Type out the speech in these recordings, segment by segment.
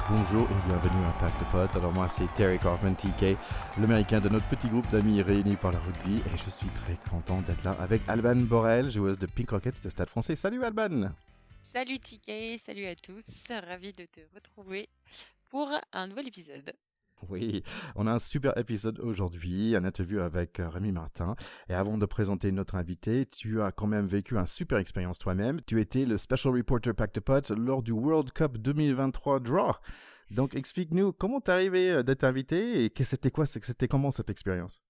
Bonjour et bienvenue à Pack de Potes. Alors moi c'est Terry Kaufman, TK, l'américain de notre petit groupe d'amis réunis par le rugby et je suis très content d'être là avec Alban Borel, joueuse de Pink Rockets de Stade Français. Salut Alban! Salut TK, salut à tous, ravi de te retrouver pour un nouvel épisode. Oui, on a un super épisode aujourd'hui, un interview avec Rémi Martin. Et avant de présenter notre invité, tu as quand même vécu une super expérience toi-même. Tu étais le Special Reporter Pack de Potes lors du World Cup 2023 Draw. Donc explique-nous comment t'es arrivé d'être invité et c'était comment cette expérience?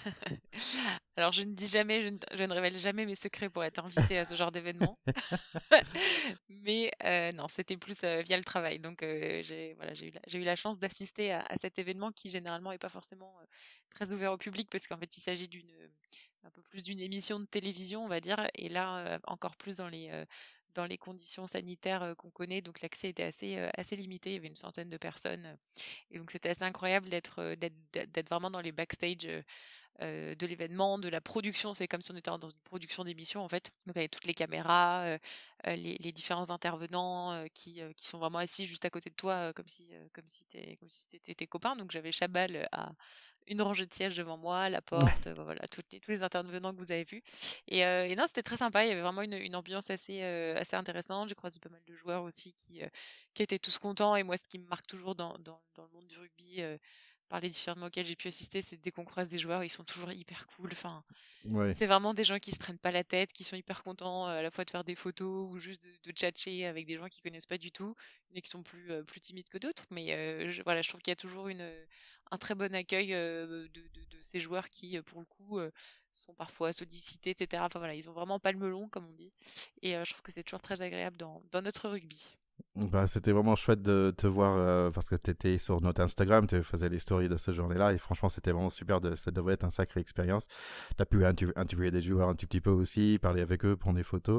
Alors je ne dis jamais, je ne révèle jamais mes secrets pour être invitée à ce genre d'événement, mais non, c'était plus via le travail. Donc j'ai eu la chance d'assister à cet événement qui généralement n'est pas forcément très ouvert au public parce qu'en fait il s'agit un peu plus d'une émission de télévision, on va dire, et là encore plus dans les conditions sanitaires qu'on connaît, donc l'accès était assez limité, il y avait une centaine de personnes, et donc c'était assez incroyable d'être vraiment dans les backstage de l'événement, de la production. C'est comme si on était dans une production d'émission en fait. Donc avec toutes les caméras, les différents intervenants qui sont vraiment assis juste à côté de toi, comme si t'étais tes copains. Donc j'avais Chabal à une rangée de sièges devant moi, la porte, voilà, tous les intervenants que vous avez vus. Et non, c'était très sympa. Il y avait vraiment une ambiance assez intéressante. J'ai croisé pas mal de joueurs aussi qui étaient tous contents. Et moi, ce qui me marque toujours dans le monde du rugby, par les différents auxquels j'ai pu assister, c'est dès qu'on croise des joueurs, ils sont toujours hyper cool. Enfin, Ouais. c'est vraiment des gens qui se prennent pas la tête, qui sont hyper contents à la fois de faire des photos ou juste de tchatcher avec des gens qu'ils connaissent pas du tout. Il y en a qui sont plus timides que d'autres, mais voilà, je trouve qu'il y a toujours un très bon accueil de ces joueurs qui, pour le coup, sont parfois sollicités, etc. Enfin voilà, ils ont vraiment pas le melon, comme on dit. Et je trouve que c'est toujours très agréable dans notre rugby. Bah, c'était vraiment chouette de te voir parce que tu étais sur notre Instagram, tu faisais les stories de ce journée-là et franchement c'était vraiment super, ça devrait être une sacrée expérience. Tu as pu interviewer des joueurs un tout petit peu aussi, parler avec eux, prendre des photos.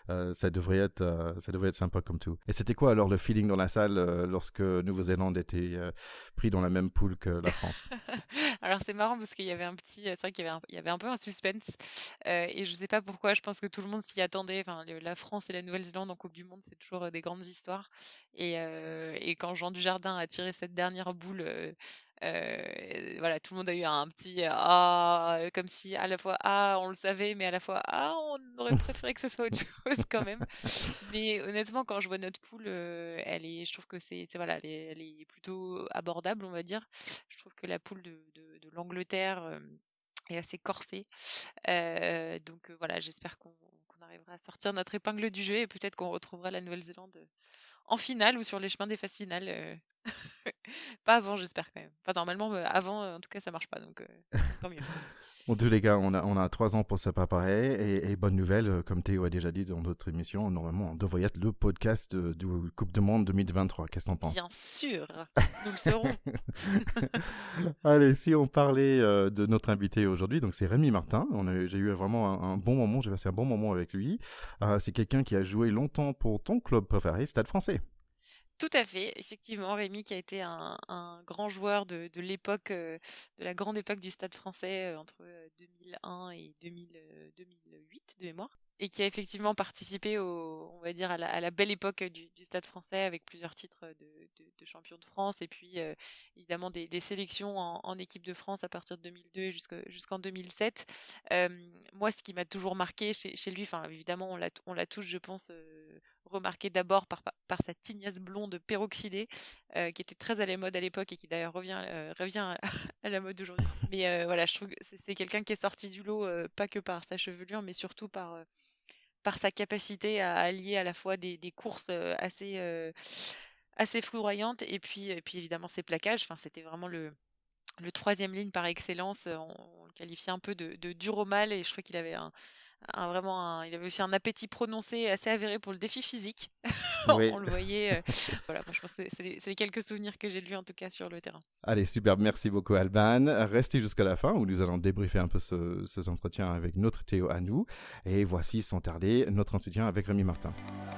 Ça devrait être sympa comme tout. Et c'était quoi alors le feeling dans la salle lorsque Nouvelle-Zélande était pris dans la même poule que la France? Alors c'est marrant parce qu'il y avait c'est vrai qu'il y avait un peu un suspense, et je sais pas pourquoi, je pense que tout le monde s'y attendait. Enfin, la France et la Nouvelle-Zélande en Coupe du Monde, c'est toujours des grandes histoires. Et quand Jean Dujardin a tiré cette dernière boule, voilà, tout le monde a eu un petit ah, comme si à la fois ah on le savait, mais à la fois ah on aurait préféré que ce soit autre chose quand même. Mais honnêtement, quand je vois notre poule, je trouve que voilà, elle est plutôt abordable, on va dire. Je trouve que la poule de l'Angleterre est assez corsée. Donc voilà, j'espère qu'on arrivera à sortir notre épingle du jeu et peut-être qu'on retrouvera la Nouvelle-Zélande en finale ou sur les chemins des phases finales. Pas avant, j'espère quand même. Enfin, normalement, avant, en tout cas, ça marche pas, donc tant mieux. En tous les cas, on a 3 ans pour se préparer et bonne nouvelle, comme Théo a déjà dit dans notre émission, normalement on devrait être le podcast du Coupe du Monde 2023. Qu'est-ce que t'en penses? Bien sûr, nous le serons. Allez, si on parlait de notre invité aujourd'hui, donc c'est Rémi Martin. J'ai eu vraiment un bon moment, j'ai passé un bon moment avec lui. C'est quelqu'un qui a joué longtemps pour ton club préféré, Stade Français. Tout à fait, effectivement, Rémi qui a été un grand joueur de l'époque, de la grande époque du Stade français entre 2001 et 2008 de mémoire, et qui a effectivement participé on va dire, à la belle époque du Stade français avec plusieurs titres de champion de France et puis évidemment des sélections en équipe de France à partir de 2002 et jusqu'en 2007. Euh, Moi, ce qui m'a toujours marqué chez lui, enfin évidemment on l'a tous, je pense, remarqué d'abord par sa tignasse blonde peroxydée, qui était très à la mode à l'époque et qui d'ailleurs revient à la mode aujourd'hui. Mais voilà, je trouve que c'est quelqu'un qui est sorti du lot, pas que par sa chevelure, mais surtout par sa capacité à allier à la fois des courses assez foudroyantes et puis évidemment ses plaquages. Enfin, c'était vraiment le troisième ligne par excellence. On le qualifiait un peu de dur au mal et je crois qu'il avait il avait aussi un appétit prononcé assez avéré pour le défi physique. Oui. On le voyait. Voilà, moi je pense que c'est les quelques souvenirs que j'ai de lui en tout cas sur le terrain. Allez, super, merci beaucoup Alban. Restez jusqu'à la fin où nous allons débriefer un peu ces entretiens avec notre Théo à nous. Et voici sans tarder notre entretien avec Rémi Martin.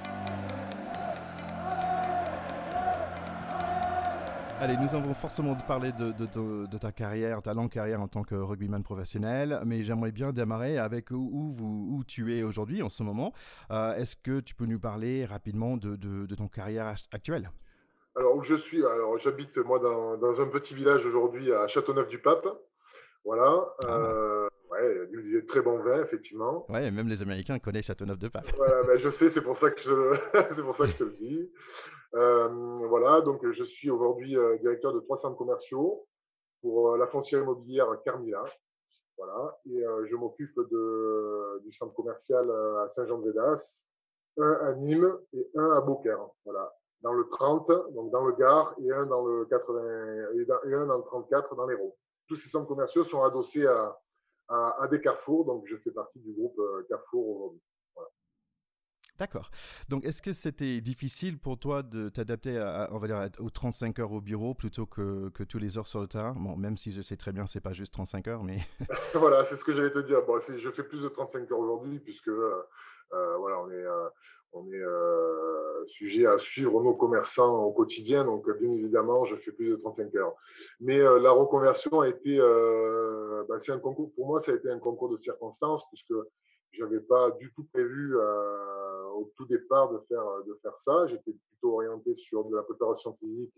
Allez, nous avons forcément parlé de ta carrière, ta longue carrière en tant que rugbyman professionnel, mais j'aimerais bien démarrer avec où tu es aujourd'hui en ce moment. Est-ce que tu peux nous parler rapidement de ton carrière actuelle? Alors où je suis, alors j'habite moi dans un petit village aujourd'hui à Châteauneuf-du-Pape. Voilà, Ah, ouais, du très bon vin effectivement. ouais, même les Américains connaissent Châteauneuf-de-Pape. Voilà, ben, je sais, c'est pour ça que je c'est pour ça que je te le dis. Voilà, donc je suis aujourd'hui, directeur de 3 centres commerciaux pour, la foncière immobilière Carmila. Voilà, et je m'occupe du centre commercial à Saint-Jean-de-Védas, un à Nîmes et un à Beaucaire. Voilà, dans le 30, donc dans le Gard, et un dans le 80, et un dans le 34 dans l'Hérault. Tous ces centres commerciaux sont adossés à des carrefours, donc je fais partie du groupe Carrefour aujourd'hui. Voilà. D'accord. Donc, est-ce que c'était difficile pour toi de t'adapter on va dire, aux 35 heures au bureau plutôt que tous les heures sur le terrain? Bon, même si je sais très bien, c'est pas juste 35 heures, mais Voilà, c'est ce que j'allais te dire. Bon, je fais plus de 35 heures aujourd'hui puisque voilà, on est sujet à suivre nos commerçants au quotidien. Donc, bien évidemment, je fais plus de 35 heures. Mais la reconversion a été, bah, c'est un concours. Pour moi, ça a été un concours de circonstances puisque j'avais pas du tout prévu au tout départ de faire ça. J'étais plutôt orienté sur de la préparation physique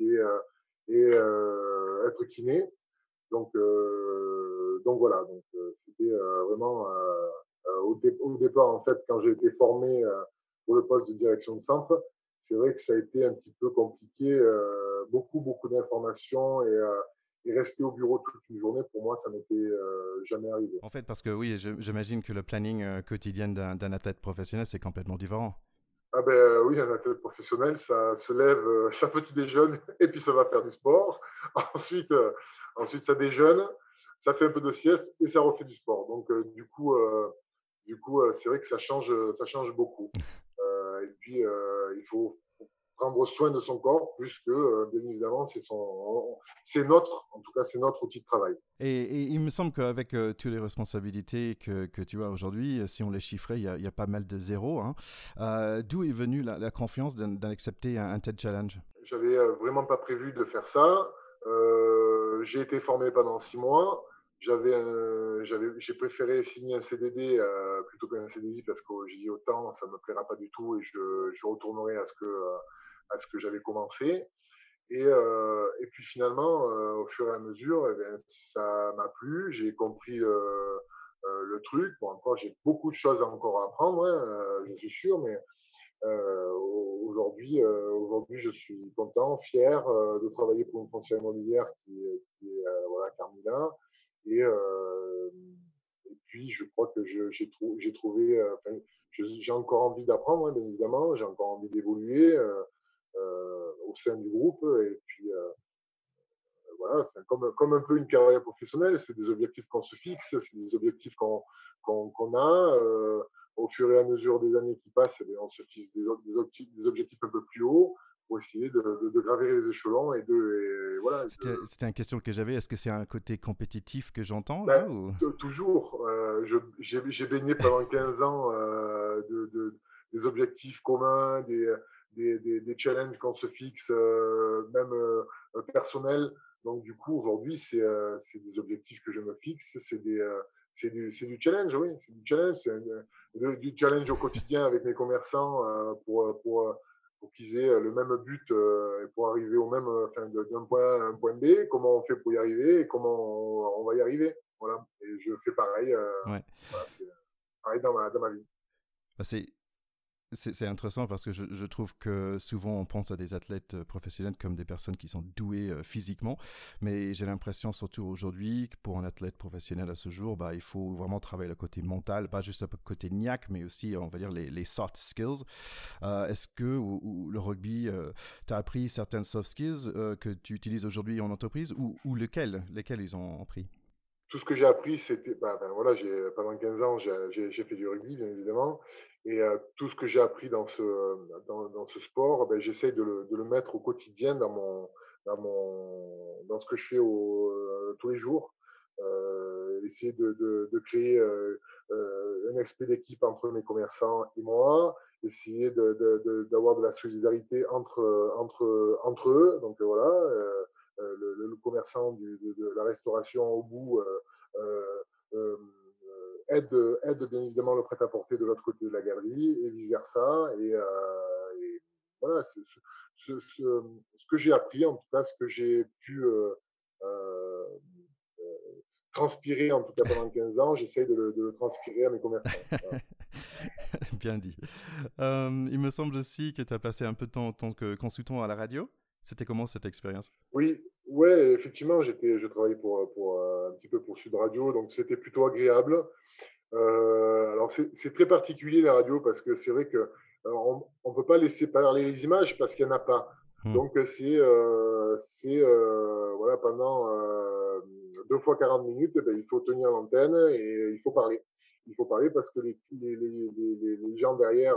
et être kiné. Donc voilà, donc c'était vraiment au départ, en fait, quand j'ai été formé pour le poste de direction de centre, c'est vrai que ça a été un petit peu compliqué, beaucoup d'informations et rester au bureau toute une journée, pour moi, ça m'était jamais arrivé. en fait, parce que oui, j'imagine que le planning quotidien d'un athlète professionnel, c'est complètement différent. Ah ben oui, un athlète professionnel, ça se lève, ça petit déjeune et puis ça va faire du sport. Ensuite, ensuite ça déjeune, ça fait un peu de sieste et ça refait du sport. Donc du coup, c'est vrai que ça change beaucoup. Et puis il faut prendre soin de son corps plus que bien évidemment c'est notre, en tout cas c'est notre outil de travail. Et il me semble qu'avec toutes les responsabilités que tu as aujourd'hui, si on les chiffrait, il y a pas mal de zéros, hein. D'où est venue la confiance d'en accepter un tel challenge? J'avais vraiment pas prévu de faire ça. J'ai été formé pendant 6 mois. J'ai préféré signer un CDD plutôt qu'un CDI parce que j'ai dit autant ça me plaira pas du tout et je retournerai à ce que j'avais commencé. Et puis finalement, au fur et à mesure, eh bien, ça m'a plu. J'ai compris le truc. Bon, encore, j'ai beaucoup de choses à encore apprendre, hein, je suis sûr, mais aujourd'hui, je suis content, fier de travailler pour une foncière immobilière qui est voilà, Carmila. Et, euh, et puis, je crois que j'ai trouvé, j'ai encore envie d'apprendre, hein, bien évidemment, j'ai encore envie d'évoluer au sein du groupe. Et puis, voilà, comme un peu une carrière professionnelle, c'est des objectifs qu'on se fixe, c'est des objectifs qu'on a. Au fur et à mesure des années qui passent, eh bien, on se fixe des objectifs un peu plus hauts pour essayer de gravir les échelons et voilà. C'était une question que j'avais. Est-ce que c'est un côté compétitif que j'entends Ben, là ou... toujours, j'ai baigné pendant 15 ans des objectifs communs, des challenges qu'on se fixe, même personnels. Donc, du coup, aujourd'hui, c'est des objectifs que je me fixe. C'est du challenge, oui. C'est du challenge. Du challenge au quotidien avec mes commerçants pour qu'ils aient le même but et pour arriver au même, enfin, d'un point A à un point B. Comment on fait pour y arriver et comment on va y arriver. Voilà. Et je fais pareil, Ouais. voilà, pareil dans ma vie. Bah, c'est intéressant parce que je trouve que souvent on pense à des athlètes professionnels comme des personnes qui sont douées physiquement, mais j'ai l'impression surtout aujourd'hui que pour un athlète professionnel à ce jour, bah, il faut vraiment travailler le côté mental, pas juste le côté niaque, mais aussi on va dire les soft skills. Est-ce que ou le rugby t'a appris certaines soft skills que tu utilises aujourd'hui en entreprise ou lesquels ils ont appris? Tout ce que j'ai appris, c'était, voilà, pendant 15 ans, j'ai fait du rugby, bien évidemment. Et tout ce que j'ai appris dans ce sport, ben, j'essaye de le mettre au quotidien dans ce que je fais tous les jours. Essayer de créer un esprit d'équipe entre mes commerçants et moi, essayer d'avoir de la solidarité entre eux. Donc voilà, le commerçant de la restauration au bout euh, euh, aide bien évidemment le prêt-à-porter de l'autre côté de la galerie et vice-versa. Et voilà, ce que j'ai appris, en tout cas, ce que j'ai pu euh, transpirer, en tout cas pendant 15 ans, j'essaye de le transpirer à mes commerçants. Voilà. Bien dit. Il me semble aussi que tu as passé un peu de temps en tant que consultant à la radio. C'était comment cette expérience? Oui, ouais, effectivement, je travaillais un petit peu pour Sud Radio, donc c'était plutôt agréable. Alors c'est très particulier la radio parce que c'est vrai que on peut pas laisser parler les images parce qu'il y en a pas. Hmm. Donc voilà pendant 2 fois 40 minutes, eh ben, il faut tenir l'antenne et il faut parler. Il faut parler parce que les gens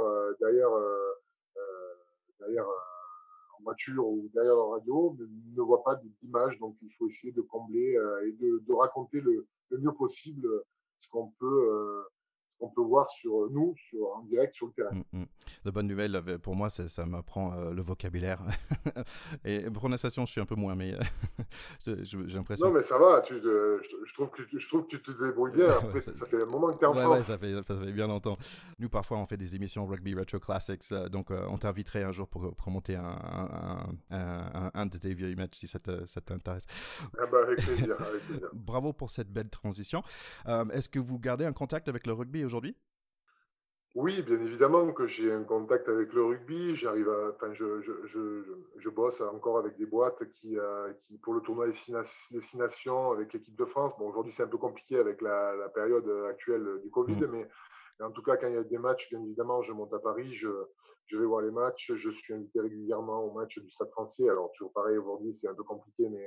derrière en voiture ou derrière la radio ne voient pas d'image, donc il faut essayer de combler et de raconter le mieux possible ce qu'on peut, euh, ce qu'on peut voir sur nous, en direct sur le terrain. La bonne nouvelle pour moi, ça m'apprend le vocabulaire. Et prononciation, je suis un peu moins, mais j'ai l'impression. Non, mais ça va, je trouve que tu te débrouilles bien. Ouais, Après, ça fait un moment que tu es en ouais, France. ça fait bien longtemps. Nous, parfois, on fait des émissions Rugby Retro Classics, donc on t'inviterait un jour pour monter un de tes vieux matchs si ça t'intéresse. Ah bah, avec plaisir, avec plaisir. Bravo pour cette belle transition. Est-ce que vous gardez un contact avec le rugby aujourd'hui? Oui, bien évidemment que j'ai un contact avec le rugby. Enfin, je bosse encore avec des boîtes qui pour le tournoi Destination avec l'équipe de France. Bon, aujourd'hui, c'est un peu compliqué avec la période actuelle du Covid, Mm. mais en tout cas, quand il y a des matchs, bien évidemment, je monte à Paris, je vais voir les matchs. Je suis invité régulièrement au match du Stade Français. Alors, toujours pareil, aujourd'hui, c'est un peu compliqué, mais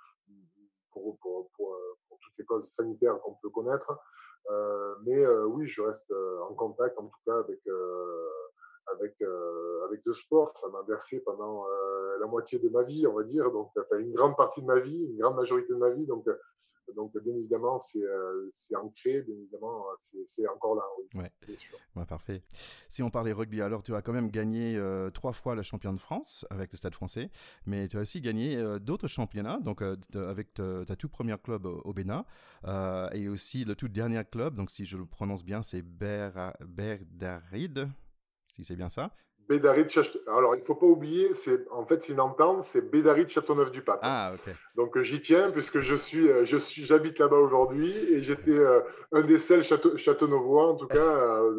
pour toutes les causes sanitaires qu'on peut connaître. Mais oui, je reste en contact, en tout cas, avec le sport. Ça m'a bercé pendant la moitié de ma vie, on va dire, donc enfin, une grande partie de ma vie, une grande majorité de ma vie. Donc bien évidemment, c'est ancré, bien évidemment, c'est encore là, oui, Ouais. bien sûr. Ouais, parfait. Si on parlait rugby, alors tu as quand même gagné 3 fois le champion de France avec le Stade français, mais tu as aussi gagné d'autres championnats, donc avec ta tout premier club au Bénin, et aussi le tout dernier club, donc si je le prononce bien, c'est Berdaride, si c'est bien ça. Alors, il ne faut pas oublier, en fait, c'est une entente, c'est Bédaride Châteauneuf-du-Pape. Ah, ok. Donc j'y tiens puisque j'habite là-bas aujourd'hui et j'étais un des seuls Châteauneauvois en tout cas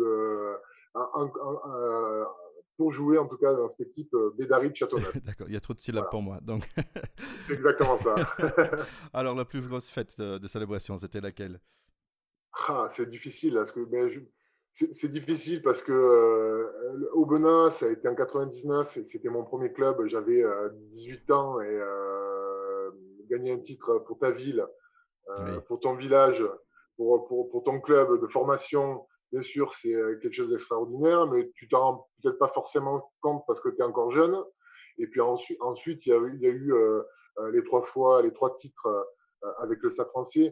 pour jouer en tout cas dans cette équipe Bédari de Châteauneuf. D'accord, il y a trop de syllabes Voilà, pour moi, donc. c'est exactement ça. Alors, la plus grosse fête de célébration, c'était laquelle? C'est difficile parce que c'est difficile parce que Aubenas, ça a été en 99 et c'était mon premier club. J'avais 18 ans et gagner un titre pour ta ville, Oui. pour ton village, pour ton club de formation, bien sûr, c'est quelque chose d'extraordinaire, mais tu t'en rends peut-être pas forcément compte parce que tu es encore jeune. Et puis ensuite il y a eu les trois titres avec le Stade français.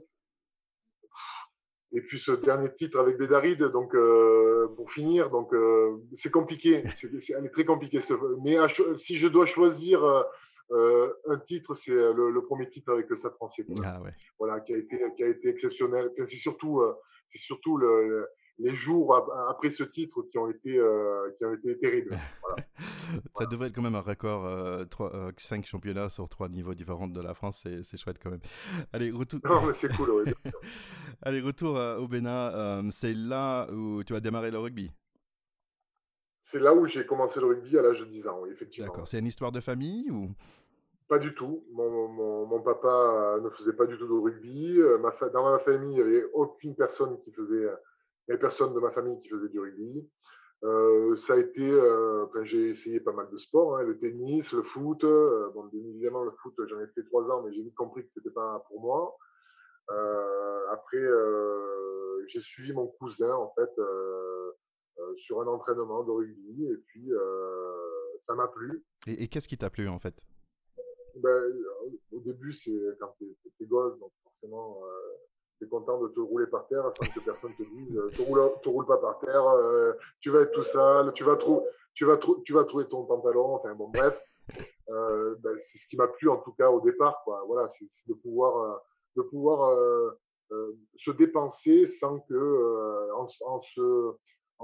Et puis ce dernier titre avec Bédaride, donc pour finir, donc c'est compliqué, elle est très compliquée. Mais si je dois choisir un titre, c'est le premier titre avec le Stade français, quand même. Ah ouais. Voilà, qui a été exceptionnel. C'est surtout les jours après ce titre qui ont été terribles. Voilà. Ça devrait être quand même un record, 5 championnats sur 3 niveaux différents de la France, c'est chouette quand même. Allez, retour, Non, mais c'est cool, oui, bien sûr. Allez, retour au Bénin, c'est là où tu as démarré le rugby. C'est là où j'ai commencé le rugby à l'âge de 10 ans, oui, effectivement. D'accord, c'est une histoire de famille ou? Pas du tout. Mon papa ne faisait pas du tout de rugby. Dans ma famille, il n'y avait aucune personne qui faisait. Il n'y avait personne de ma famille qui faisait du rugby. Ça a été. Enfin, j'ai essayé pas mal de sports, hein, le tennis, le foot. Bon, bien évidemment, le foot, j'en ai fait 3 ans, mais j'ai vite compris que c'était pas pour moi. Après, j'ai suivi mon cousin en fait sur un entraînement de rugby et puis ça m'a plu. Et qu'est-ce qui t'a plu en fait? Ben, au début, c'est quand t'es gosse, donc forcément, t'es content de te rouler par terre sans que personne te dise te roule pas par terre, tu vas être tout sale, tu vas trouver ton pantalon, enfin bon, bref. Ben, c'est ce qui m'a plu en tout cas au départ, quoi. Voilà, c'est de pouvoir se dépenser sans que, en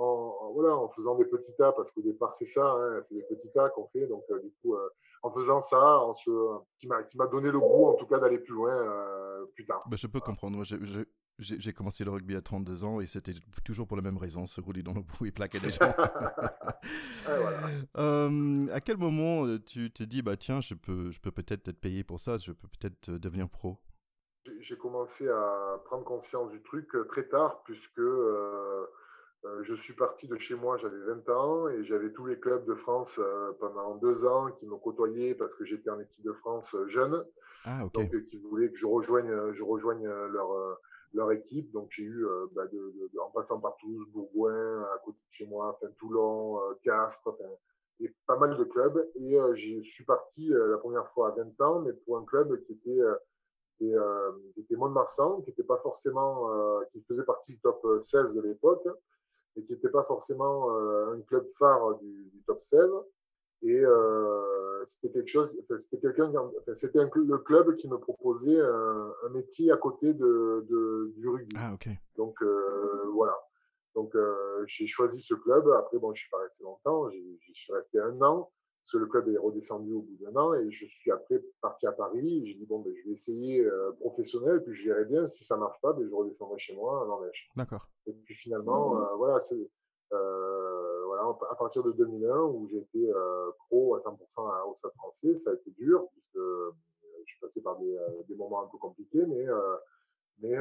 voilà, en faisant des petits tas, parce qu'au départ, c'est ça, hein, c'est des petits tas qu'on fait. Donc, du coup, en faisant ça, qui m'a donné le goût, en tout cas, d'aller plus loin plus tard. Bah, je peux Voilà. comprendre. Moi, j'ai commencé le rugby à 32 ans et c'était toujours pour la même raison, se rouler dans le bout et plaquer des gens. Ouais, voilà. À quel moment tu te dis, bah tiens, je peux peut-être être payé pour ça, je peux peut-être devenir pro? J'ai commencé à prendre conscience du truc très tard, puisque je suis parti de chez moi, j'avais 20 ans et j'avais tous les clubs de France pendant 2 ans qui m'ont côtoyé parce que j'étais en équipe de France jeune, Ah, ok. donc qui voulaient que je rejoigne leur équipe. Donc j'ai eu, en passant par Toulouse, Bourgoin, à côté de chez moi, enfin, Toulon, Castres, enfin, et pas mal de clubs. Et je suis parti la première fois à 20 ans, mais pour un club qui était Mont-de-Marsan, qui était pas forcément, qui faisait partie du top 16 de l'époque, et qui n'était pas forcément un club phare du top 16. Et c'était quelque chose, enfin, c'était quelqu'un, enfin, c'était le club qui me proposait un métier à côté du rugby. Ah, ok. Donc voilà. Donc j'ai choisi ce club. Après, bon, je suis pas resté longtemps. Je suis resté 1 an parce que le club est redescendu au bout d'1 an et je suis après parti à Paris. J'ai dit bon, ben, je vais essayer professionnel, puis je verrai bien. Si ça marche pas, ben, je redescendrai chez moi en Norvège. D'accord. Et puis finalement, voilà, c'est voilà, à partir de 2001 où j'ai été pro à 100% au Stade Français, ça a été dur puisque je suis passé par des moments un peu compliqués, mais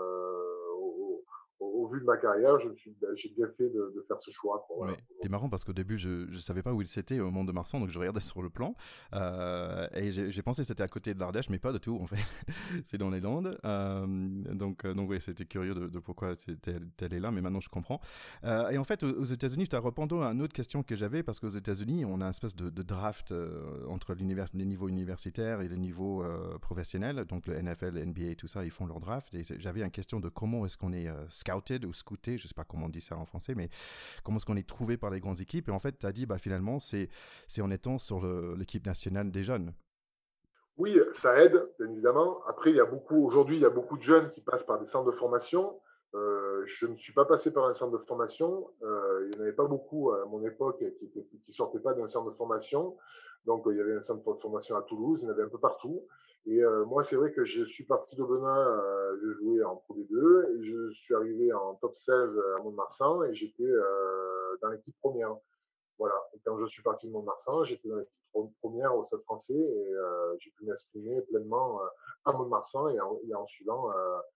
au vu de ma carrière, j'ai bien fait de faire ce choix. Quoi, voilà, Mais t'es marrant parce qu'au début, je savais pas où il c'était au Mont de Marsan, donc je regardais sur le plan. Et j'ai pensé que c'était à côté de l'Ardèche, mais pas du tout en fait. C'est dans les Landes. Donc oui, c'était curieux de pourquoi t'es allé là, mais maintenant je comprends. Et en fait, aux États-Unis, je t'ai répondu à une autre question que j'avais parce qu'aux États-Unis, on a une espèce de draft entre les niveaux universitaires et les niveaux professionnels. Donc le NFL, le NBA, tout ça, ils font leur draft. Et j'avais une question de comment est-ce qu'on est scouted ou scouté, je sais pas comment on dit ça en français, mais comment est-ce qu'on est trouvé par les grandes équipes. Et en fait, tu as dit, bah, finalement, c'est en étant sur l'équipe nationale des jeunes. oui, ça aide, bien évidemment. Après, aujourd'hui, il y a beaucoup de jeunes qui passent par des centres de formation. Je ne suis pas passé par un centre de formation. Il n'y en avait pas beaucoup à mon époque qui sortaient pas d'un centre de formation. Donc, il y avait un centre de formation à Toulouse, il y en avait un peu partout. Et moi, c'est vrai que je suis parti de Benin, je jouais en Pro D2 et je suis arrivé en top 16 à Mont-de-Marsan et j'étais dans l'équipe première. Voilà. Et quand je suis parti de Mont-de-Marsan, j'étais dans l'équipe première au Stade Français et j'ai pu m'exprimer pleinement à Mont-de-Marsan et en suivant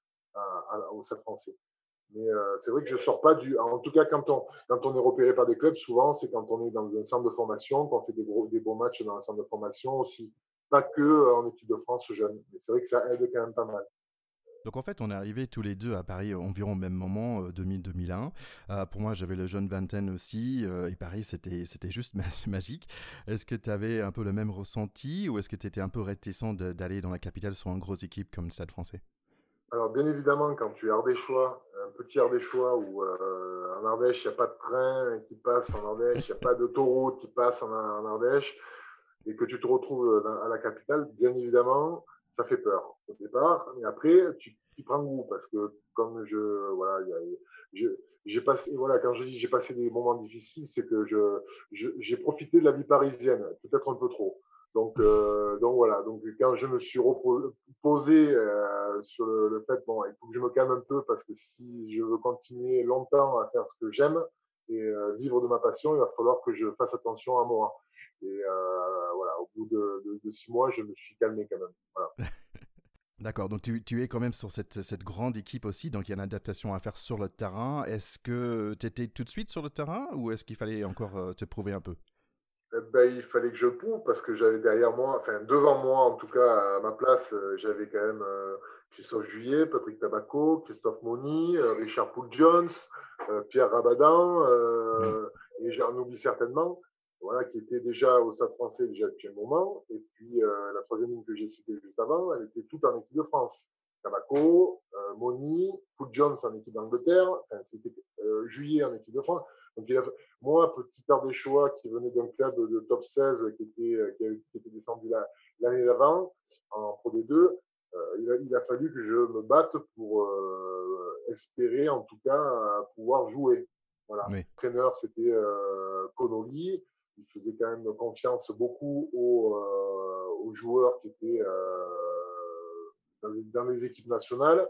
au Stade Français. Mais c'est vrai que je sors pas du. En tout cas, quand on est repéré par des clubs, souvent, c'est quand on est dans un centre de formation, qu'on fait des beaux matchs dans un centre de formation aussi. Pas que en équipe de France jeune. Mais c'est vrai que ça aide quand même pas mal. Donc en fait, on est arrivés tous les deux à Paris environ au même moment, 2000-2001. Pour moi, j'avais le jeune vingtaine aussi, et Paris, c'était juste magique. Est-ce que tu avais un peu le même ressenti ou est-ce que tu étais un peu réticent d'aller dans la capitale sur une grosse équipe comme le Stade français? Alors, bien évidemment, quand tu es ardéchois, un petit ardéchois où en Ardèche, il n'y a pas de train qui passe en Ardèche, il n'y a pas d'autoroute qui passe en Ardèche, et que tu te retrouves à la capitale, bien évidemment, ça fait peur au départ. Mais après, tu prends goût parce que comme voilà, je, j'ai passé, voilà, quand je dis j'ai passé des moments difficiles, c'est que j'ai profité de la vie parisienne, peut-être un peu trop. Donc voilà. Donc quand je me suis posé sur le fait, bon, il faut que je me calme un peu parce que si je veux continuer longtemps à faire ce que j'aime et vivre de ma passion, il va falloir que je fasse attention à moi. Et voilà, au bout de 6 mois, je me suis calmé quand même. Voilà. D'accord, donc tu es quand même sur cette grande équipe aussi, donc il y a une adaptation à faire sur le terrain. Est-ce que tu étais tout de suite sur le terrain ou est-ce qu'il fallait encore te prouver un peu? Ben, il fallait que je prouve parce que j'avais derrière moi, enfin devant moi en tout cas, à ma place, j'avais quand même Christophe Juillet, Patrick Tabaco, Christophe Moni, Richard Poul-Jones, Pierre Rabadan, Hmm. et j'en oublie certainement, voilà, qui était déjà au Stade français déjà depuis un moment. Et puis la troisième ligne que j'ai citée juste avant, elle était toute en équipe de France. Tabaco, Moni, Poul-Jones en équipe d'Angleterre, enfin, c'était Juillet en équipe de France. Donc moi, petit Ardéchois qui venait d'un club de top 16 qui était descendu l'année d'avant en Pro D2, il a fallu que je me batte pour espérer en tout cas pouvoir jouer. Voilà. Oui. L'entraîneur, c'était Connolly. Il faisait quand même confiance beaucoup aux joueurs qui étaient dans les équipes nationales.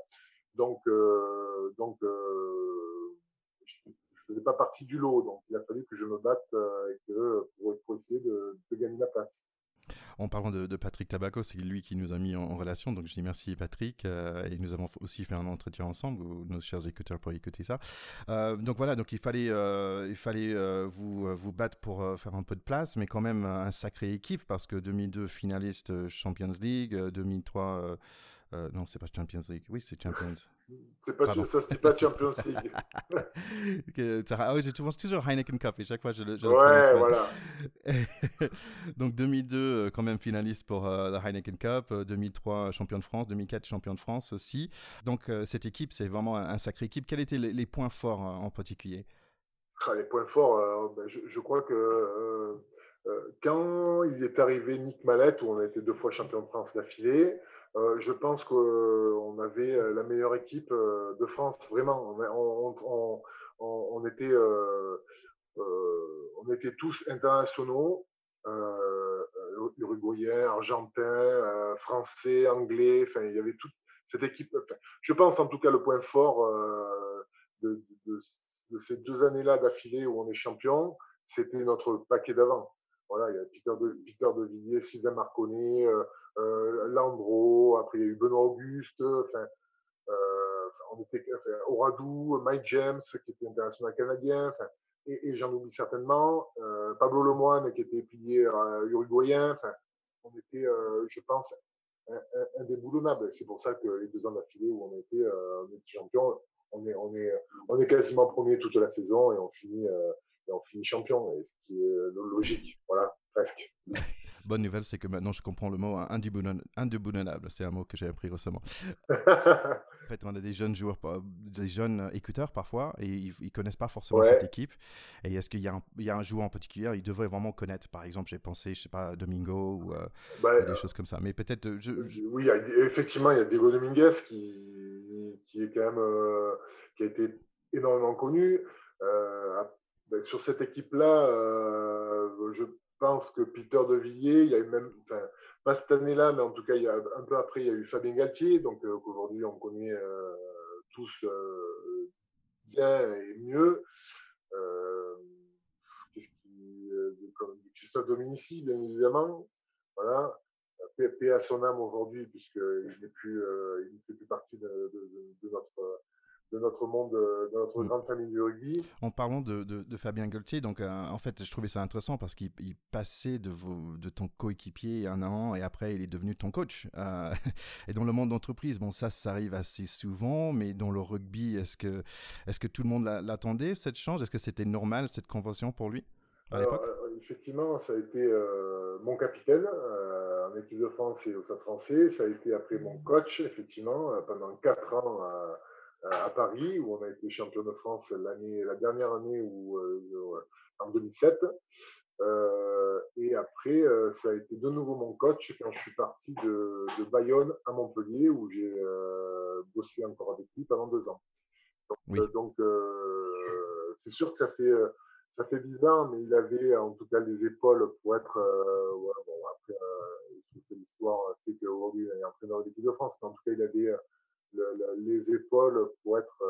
Donc, je ne faisais pas partie du lot. Donc, il a fallu que je me batte pour essayer de gagner ma place. En parlant de Patrick Tabaco, c'est lui qui nous a mis en relation, donc je dis merci Patrick, et nous avons aussi fait un entretien ensemble, où nos chers écouteurs pourraient écouter ça. Donc voilà, donc il fallait vous battre pour faire un peu de place, mais quand même un sacré équipe, parce que 2002 finaliste Champions League, 2003, non c'est pas Champions League, oui c'est Champions. C'est pas, Pardon. ça, c'était pas Champions League. Ah oui, je pense toujours Heineken Cup et chaque fois je le prononce Ouais, mal. voilà. Donc 2002, quand même finaliste pour la Heineken Cup, 2003 champion de France, 2004 champion de France aussi. Donc cette équipe, c'est vraiment un sacré équipe. Quels étaient les points forts en particulier? Les points forts, ben, je crois que quand il est arrivé Nick Mallette, où on a été 2 fois champion de France d'affilée, je pense qu'on avait la meilleure équipe de France, vraiment. On était tous internationaux, uruguayens, argentins, français, anglais, enfin, il y avait toute cette équipe. Enfin, je pense en tout cas le point fort de, de, de ces 2 années-là d'affilée où on est champion, c'était notre paquet d'avant. Voilà, il y a Peter de Villiers, Sylvain Marconnet, Landreau, après il y a eu Benoît Auguste, on était Oradou, Mike James, qui était international canadien, et j'en oublie certainement, Pablo Lemoine, qui était pilier uruguayen, on était, je pense, indéboulonnable. C'est pour ça que les 2 ans d'affilée où on était champion, on est quasiment premier toute la saison et on finit champion, et ce qui est logique, voilà, presque. Bonne nouvelle, c'est que maintenant je comprends le mot indéboulonnable. C'est un mot que j'ai appris récemment. En fait, on a des jeunes joueurs, des jeunes écouteurs parfois, et ils connaissent pas forcément cette Ouais, équipe. Et est-ce qu'il y a un joueur en particulier, ils devraient vraiment connaître. Par exemple, j'ai pensé, je sais pas, Domingo bah, ou des choses comme ça. Mais peut-être, oui, effectivement, il y a Diego Dominguez qui est quand même qui a été énormément connu. Euh, Sur cette équipe-là, je pense que Peter De Villiers, il y a eu même, enfin, pas cette année-là, mais en tout cas, il y a un peu après, il y a eu Fabien Galtier, donc qu'aujourd'hui on connaît tous bien et mieux. Euh, comme Christophe Dominici, bien évidemment. Voilà. Paix à son âme aujourd'hui, puisqu'il n'est plus, il ne fait plus partie de notre monde, de notre grande famille du rugby. En parlant de Fabien Galtier, donc en fait, je trouvais ça intéressant parce qu'il passait de ton coéquipier un an et après, il est devenu ton coach. Et dans le monde d'entreprise, bon, ça arrive assez souvent, mais dans le rugby, est-ce que tout le monde l'attendait, cette change? Est-ce que c'était normal, cette convention pour lui à Alors, l'époque? effectivement, ça a été mon capitaine en équipe de France et au Stade français. Ça a été après mon coach, effectivement, pendant 4 ans à Paris, où on a été champion de France la dernière année en 2007. Et après, ça a été de nouveau mon coach quand je suis parti de Bayonne à Montpellier, où j'ai bossé encore avec lui pendant 2 ans. Oui. Donc, c'est sûr que ça fait bizarre, mais il avait en tout cas les épaules pour être. Ouais, bon, après, l'histoire fait qu'aujourd'hui, il est entraîneur de l'équipe de France, mais en tout cas, il avait les épaules pour être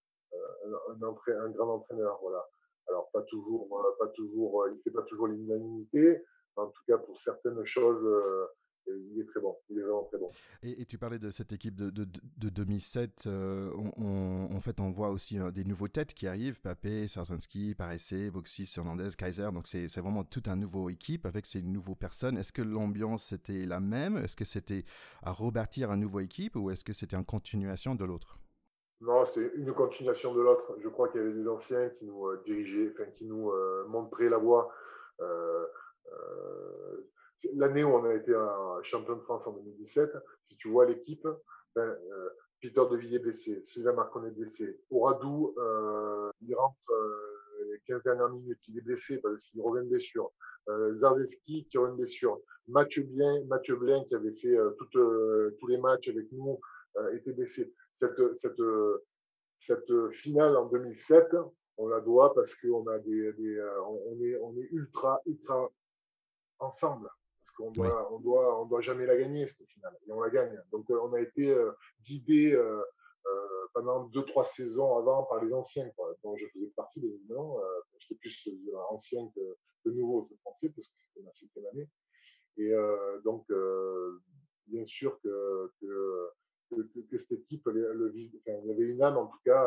un grand entraîneur. Voilà. Alors, il fait pas toujours l'unanimité, mais en tout cas, pour certaines choses, il est très bon. Il est vraiment très bon. Et tu parlais de cette équipe de 2007. En fait, on voit aussi des nouveaux têtes qui arrivent. Papé, Sarzenski, Paressé, Boxis, Hernandez, Kaiser. Donc, c'est vraiment toute une nouvelle équipe avec ces nouveaux personnes. Est-ce que l'ambiance était la même? Est-ce que c'était à rebâtir une nouvelle équipe ou est-ce que c'était une continuation de l'autre? Non, c'est une continuation de l'autre. Je crois qu'il y avait des anciens qui nous dirigeaient, enfin, qui nous montraient la voie. Euh, L'année où on a été champion de France en 2017, si tu vois l'équipe, ben, Peter De Villiers blessé, Sylvain Marconnet blessé, Oradou, il rentre les 15 dernières minutes, il est blessé parce qu'il revient de blessure. Zardeski qui revient de blessure. Mathieu Blain qui avait fait tous les matchs avec nous était blessé. Cette finale en 2007, on la doit parce qu'on a on est ultra ensemble. Parce Oui, on doit jamais la gagner, cette finale. Et on la gagne. Donc, on a été guidé pendant 2, 3 saisons avant par les anciens, quoi, dont je faisais partie, bien évidemment. J'étais plus ancien que nouveau, c'est français, parce que c'était ma 7e année. Et donc, bien sûr que cette équipe, enfin, il y avait une âme, en tout cas,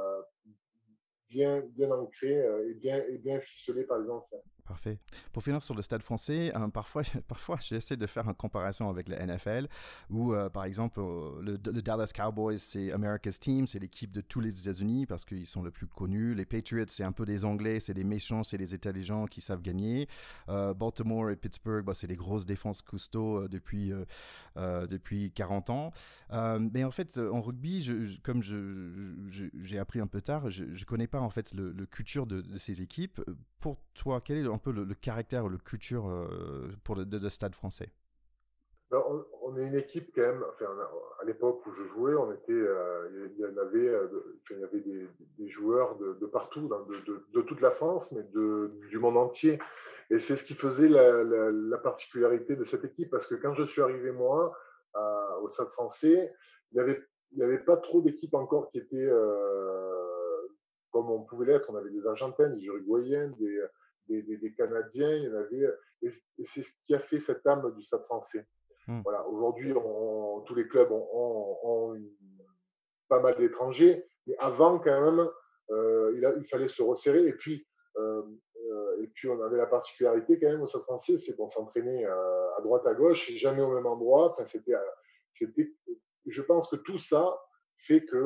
bien ancrée et bien ficelée par les anciens. parfait. Pour finir sur le Stade français, parfois, parfois j'essaie de faire une comparaison avec la NFL, où par exemple le Dallas Cowboys, c'est America's Team, c'est l'équipe de tous les États-Unis parce qu'ils sont les plus connus. Les Patriots, c'est un peu des Anglais, c'est des méchants, c'est des intelligents qui savent gagner. Baltimore et Pittsburgh, bah, c'est des grosses défenses costauds depuis 40 ans. Mais en fait, en rugby, comme j'ai appris un peu tard, je ne connais pas en fait le culture de ces équipes. Pour toi, quel est un peu le caractère ou le culture pour le Stade français? Ben, on est une équipe quand même. Enfin, à l'époque où je jouais, on était, il y en avait, enfin, il y avait des joueurs de partout, de toute la France, mais du monde entier. Et c'est ce qui faisait la particularité de cette équipe, parce que quand je suis arrivé moi au Stade Français, il y avait pas trop d'équipes encore qui étaient comme on pouvait l'être. On avait des Argentins, des Uruguayens, des Canadiens. Il y en avait, et c'est ce qui a fait cette âme du Stade Français. Hmm. Voilà, aujourd'hui, tous les clubs ont pas mal d'étrangers, mais avant, quand même, il fallait se resserrer. Et puis, on avait la particularité, quand même, au Stade Français, c'est qu'on s'entraînait à droite, à gauche, jamais au même endroit. Enfin, c'était, je pense que tout ça fait que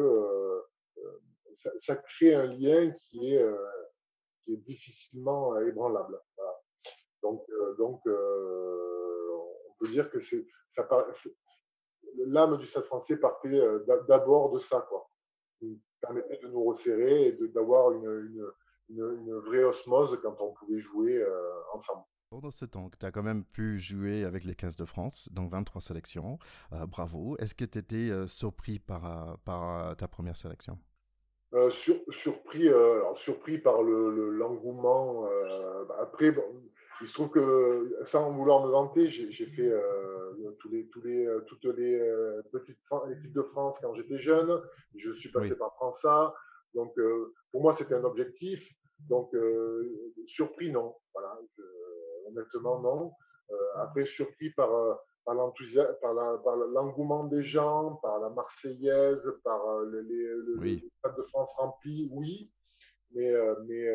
ça crée un lien qui est difficilement ébranlable. Voilà. On peut dire que l'âme du Stade Français partait d'abord de ça, quoi, qui permettait de nous resserrer et d'avoir une vraie osmose quand on pouvait jouer ensemble. Pendant ce temps, tu as quand même pu jouer avec les 15 de France, donc 23 sélections. Bravo. Est-ce que tu étais surpris par ta première sélection? Surpris par l'engouement. Après, bon, il se trouve que, sans vouloir me vanter, j'ai fait toutes les petites équipes de France quand j'étais jeune. Je suis Oui. passé par França. Donc, pour moi, c'était un objectif. Donc, surpris, non. Voilà, honnêtement, non. Après, surpris par l'enthousiasme, par l'engouement des gens, par la Marseillaise, par Oui. le Stade de France rempli, oui, mais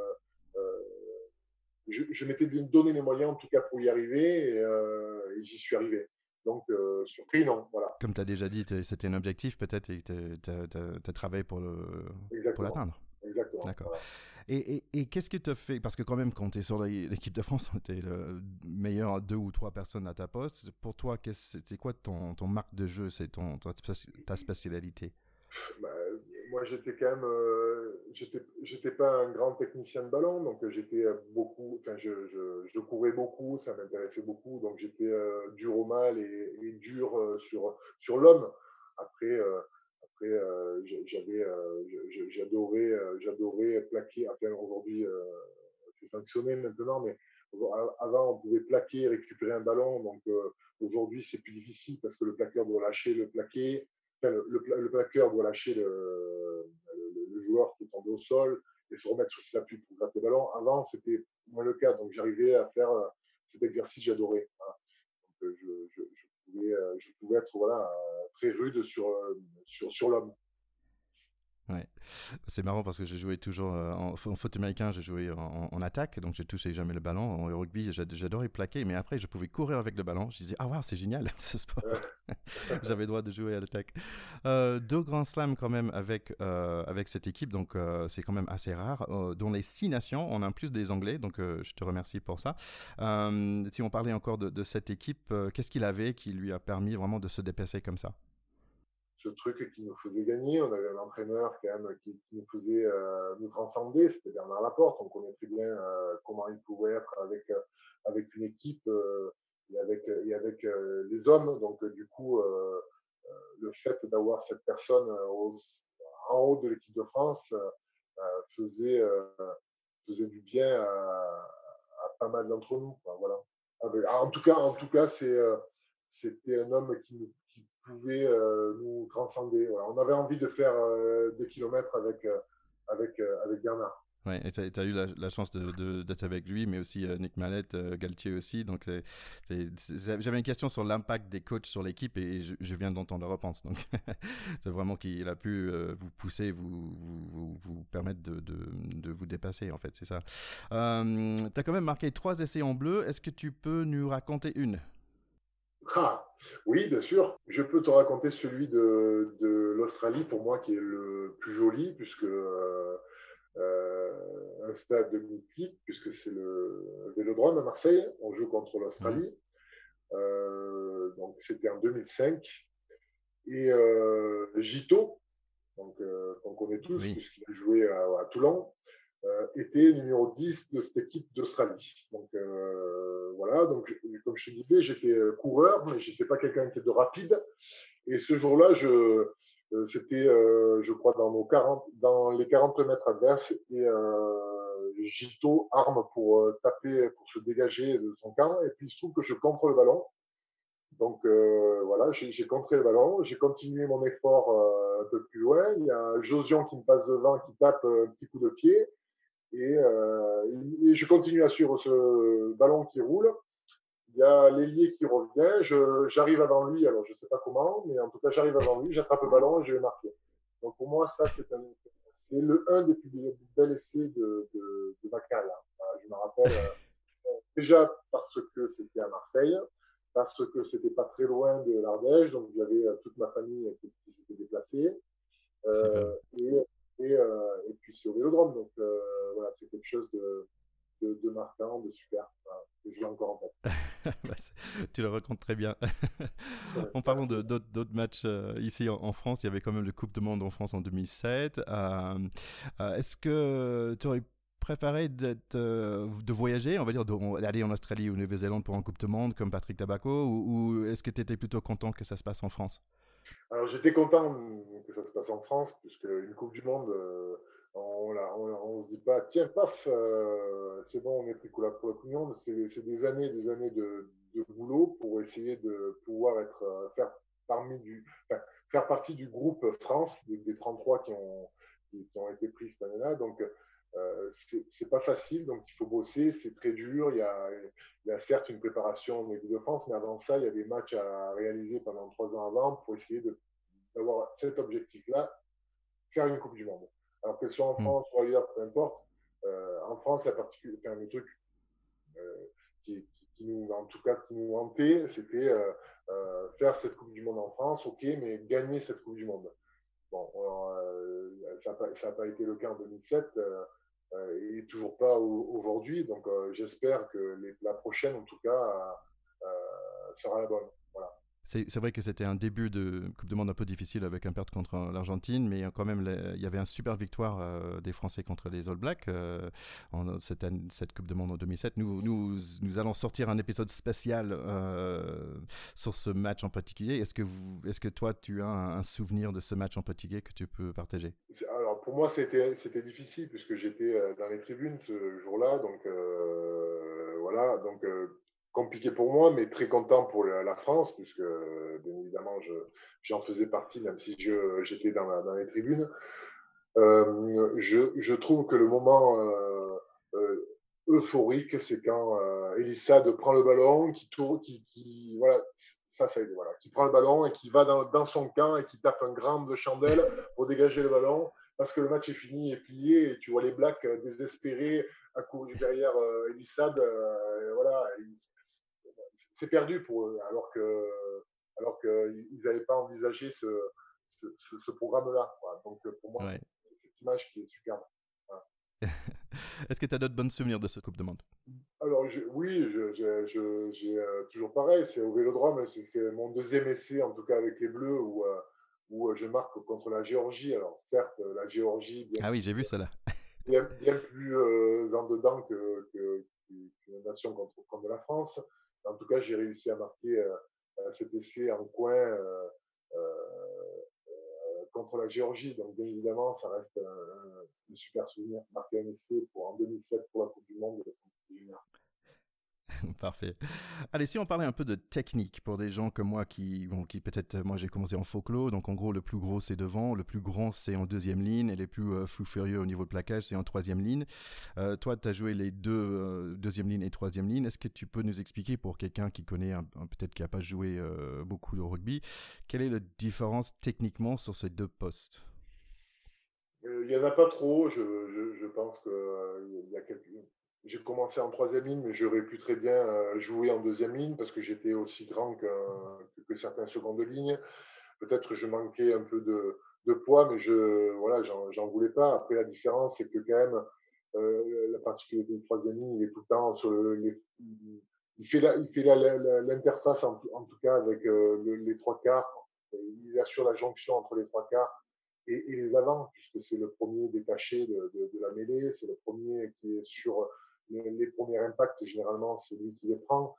je m'étais donné les moyens en tout cas pour y arriver et j'y suis arrivé. Donc, surpris, non, voilà, Comme tu as déjà dit, c'était un objectif peut-être et que tu as travaillé pour exactement. l'atteindre. Exactement. D'accord. Voilà. Et qu'est-ce que tu as fait? Parce que quand même, quand tu es sur l'équipe de France, tu es le meilleur 2 ou 3 personnes à ta poste. Pour toi, c'était quoi ton marque de jeu? C'est ta spécialité? Bah, moi, j'étais quand même, j'étais pas un grand technicien de ballon, donc j'étais beaucoup, enfin, je courais beaucoup, ça m'intéressait beaucoup, donc j'étais dur au mal et dur sur l'homme. Après, j'adorais plaquer. Enfin, aujourd'hui, c'est sanctionné maintenant, mais avant, on pouvait plaquer, récupérer un ballon. Donc, aujourd'hui, c'est plus difficile parce que le plaqueur doit lâcher le plaqué. Enfin, le plaqueur doit lâcher le joueur qui est tombé au sol et se remettre sur ses appuis pour gratter le ballon. Avant, c'était moins le cas. Donc, j'arrivais à faire cet exercice, j'adorais. Voilà. Donc, je pouvais être voilà, très rude sur l'homme. Ouais. C'est marrant parce que je jouais toujours en foot américain, je jouais en attaque, donc je touchais jamais le ballon. En rugby, j'adorais plaquer, mais après, je pouvais courir avec le ballon. Je disais, ah waouh, c'est génial ce sport. J'avais le droit de jouer à l'attaque. 2 grands slams quand même avec cette équipe, donc c'est quand même assez rare. Dans les 6 nations, on a en plus des Anglais, donc je te remercie pour ça. Si on parlait encore de cette équipe, qu'est-ce qu'il avait qui lui a permis vraiment de se dépasser comme ça? Ce truc qui nous faisait gagner. On avait un entraîneur quand même qui nous faisait nous transcender, c'était Bernard Laporte. On connaît très bien comment il pouvait être avec une équipe et avec les hommes. Donc du coup, le fait d'avoir cette personne en haut de l'équipe de France faisait, euh, faisait du bien à pas mal d'entre nous. Quoi, voilà. En tout cas, c'était un homme qui pouvait nous transcender. Voilà. On avait envie de faire des kilomètres avec Bernard. Ouais, et tu as eu la chance d'être avec lui, mais aussi Nick Mallette, Galtier aussi. Donc, j'avais une question sur l'impact des coachs sur l'équipe et je viens d'entendre la réponse. Donc, c'est vraiment qu'il a pu vous pousser, vous permettre de vous dépasser, en fait. C'est ça. Tu as quand même marqué 3 essais en bleu. Est-ce que tu peux nous raconter une? Ah, oui, bien sûr. Je peux te raconter celui de l'Australie, pour moi, qui est le plus joli, puisque un stade mythique, puisque c'est le Vélodrome à Marseille. On joue contre Ouais. l'Australie. Donc, c'était en 2005. Et Gito, donc, qu'on connaît tous, Oui. puisqu'il a joué à Toulon, était numéro 10 de cette équipe d'Australie. Donc voilà, donc comme je te disais, j'étais coureur, mais j'étais pas quelqu'un qui était de rapide. Et ce jour-là, c'était, je crois, dans les 40 mètres adverses, et Gito arme pour taper, pour se dégager de son camp, et puis il se trouve que je contre le ballon. Donc voilà, j'ai contré le ballon, j'ai continué mon effort un peu plus loin. Il y a Josion qui me passe devant, qui tape un petit coup de pied, et je continue à suivre ce ballon qui roule. Il y a l'ailier qui revient, j'arrive avant lui, alors je ne sais pas comment, mais en tout cas j'arrive avant lui, j'attrape le ballon et je vais marquer. Donc pour moi, ça c'est un des plus bels essais de ma carrière. Voilà, je me rappelle déjà parce que c'était à Marseille, parce que c'était pas très loin de l'Ardèche, donc j'avais toute ma famille qui s'était déplacée. Super. Et puis c'est au Vélodrome, donc voilà, c'est quelque chose de marquant, de super, voilà, que j'ai encore en tête. Bah, tu le racontes très bien. Ouais, En parlant merci. d'autres matchs ici en France, il y avait quand même le Coupe du Monde en France en 2007. Est-ce que tu aurais préféré de voyager, on va dire, d'aller en Australie ou Nouvelle-Zélande pour un Coupe du Monde comme Patrick Tabaco, ou est-ce que tu étais plutôt content que ça se passe en France? Alors j'étais content que ça se passe en France, puisque une Coupe du Monde, on se dit pas, tiens, paf, c'est bon, on est pris pour la Coupe du Monde. C'est des années de boulot pour essayer de pouvoir enfin, faire partie du groupe France, des 33 qui ont été pris cette année-là. Donc c'est pas facile, donc il faut bosser, c'est très dur. Il y a certes une préparation en équipe de France, mais avant ça, il y a des matchs à réaliser pendant 3 ans avant pour essayer d'avoir cet objectif-là, faire une Coupe du Monde. Alors que ce soit en Hmm. France ou ailleurs, peu importe, en France, le truc euh, qui nous, en tout cas, qui nous hantait, c'était faire cette Coupe du Monde en France, ok, mais gagner cette Coupe du Monde. Bon, ça n'a pas été le cas en 2007 et toujours pas aujourd'hui. Donc, j'espère que la prochaine, en tout cas, sera la bonne. Voilà. C'est vrai que c'était un début de Coupe du Monde un peu difficile avec un perte contre l'Argentine, mais quand même, il y avait une super victoire des Français contre les All Blacks cette Coupe du Monde en 2007. Nous allons sortir un épisode spécial sur ce match en particulier. Est-ce que toi, tu as un souvenir de ce match en particulier que tu peux partager? Alors pour moi, c'était difficile puisque j'étais dans les tribunes ce jour-là, donc voilà, donc compliqué pour moi, mais très content pour la France puisque bien évidemment j'en faisais partie, même si j'étais dans les tribunes. Je trouve que le moment euh, euphorique, c'est quand Elissade prend le ballon, qui tourne, voilà, voilà, qui prend le ballon et qui va dans son camp et qui tape un grand de chandelle pour dégager le ballon parce que le match est fini et plié et tu vois les Blacks désespérés à courir derrière Elissade, voilà, c'est perdu pour eux alors qu'ils n'avaient pas envisagé ce programme-là. Voilà. Donc pour moi, Ouais. c'est cette image qui est superbe. Voilà. Est-ce que tu as d'autres bons souvenirs de ce Coupe du Monde? Alors oui, j'ai toujours pareil, c'est au Vélodrome, c'est mon deuxième essai, en tout cas avec les Bleus, où je marque contre la Géorgie. Alors certes, la Géorgie, Ah oui, j'ai vu ça là. bien plus en dedans qu'une nation contre la France. En tout cas, j'ai réussi à marquer cet essai en coin contre la Géorgie. Donc, bien évidemment, ça reste un super souvenir. Marquer un essai en 2007 pour la Coupe du Monde. Parfait. Allez, si on parlait un peu de technique pour des gens comme moi qui peut-être, moi j'ai commencé en folklore, donc en gros le plus gros c'est devant, le plus grand c'est en deuxième ligne et les plus fous furieux au niveau de plaquage c'est en troisième ligne. Toi, tu as joué les deux, deuxième ligne et troisième ligne. Est-ce que tu peux nous expliquer pour quelqu'un qui connaît, peut-être qui n'a pas joué beaucoup de rugby, quelle est la différence techniquement sur ces deux postes? Il n'y en a pas trop. Je pense que y a quelques... J'ai commencé en troisième ligne, mais j'aurais pu très bien jouer en deuxième ligne parce que j'étais aussi grand que certains secondes lignes. Peut-être que je manquais un peu de poids, mais voilà, j'en voulais pas. Après, la différence, c'est que quand même, la particularité du troisième ligne, il est tout le temps sur il fait l'interface en tout cas avec les trois quarts. Il assure la jonction entre les trois quarts et les avants, puisque c'est le premier détaché de la mêlée, c'est le premier qui est sur les premiers impacts. Généralement, c'est lui qui les prend.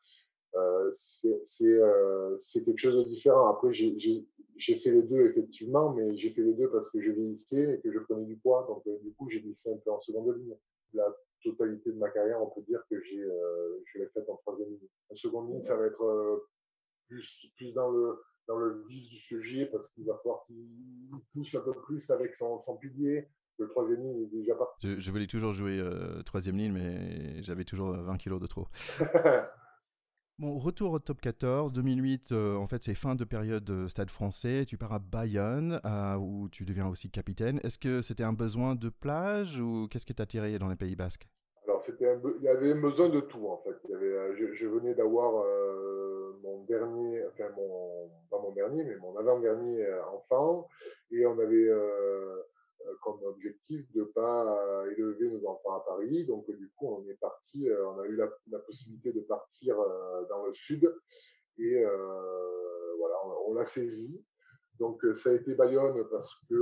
C'est quelque chose de différent. Après, j'ai fait les deux, effectivement, mais j'ai fait les deux parce que je vieillissais et que je prenais du poids. Donc, du coup, j'ai glissé un peu en seconde ligne. La totalité de ma carrière, on peut dire que je l'ai faite en troisième ligne. En seconde ligne, ça va être plus dans le vif du sujet parce qu'il va falloir qu'il pousse un peu plus avec son pilier. Le troisième ligne est déjà parti. Je voulais toujours jouer troisième ligne, mais j'avais toujours 20 kilos de trop. Bon, retour au top 14, 2008, en fait, c'est fin de période Stade français. Tu pars à Bayonne, où tu deviens aussi capitaine. Est-ce que c'était un besoin de plage ou qu'est-ce qui t'a attiré dans les Pays Basques? Alors, il y avait besoin de tout, en fait. Je venais d'avoir mon dernier, enfin, pas mon dernier, mais mon avant-dernier enfant. Et on avait comme objectif de ne pas élever nos enfants à Paris. Donc, du coup, on est parti, on a eu la possibilité de partir dans le sud. Et voilà, on l'a saisi. Donc, ça a été Bayonne parce que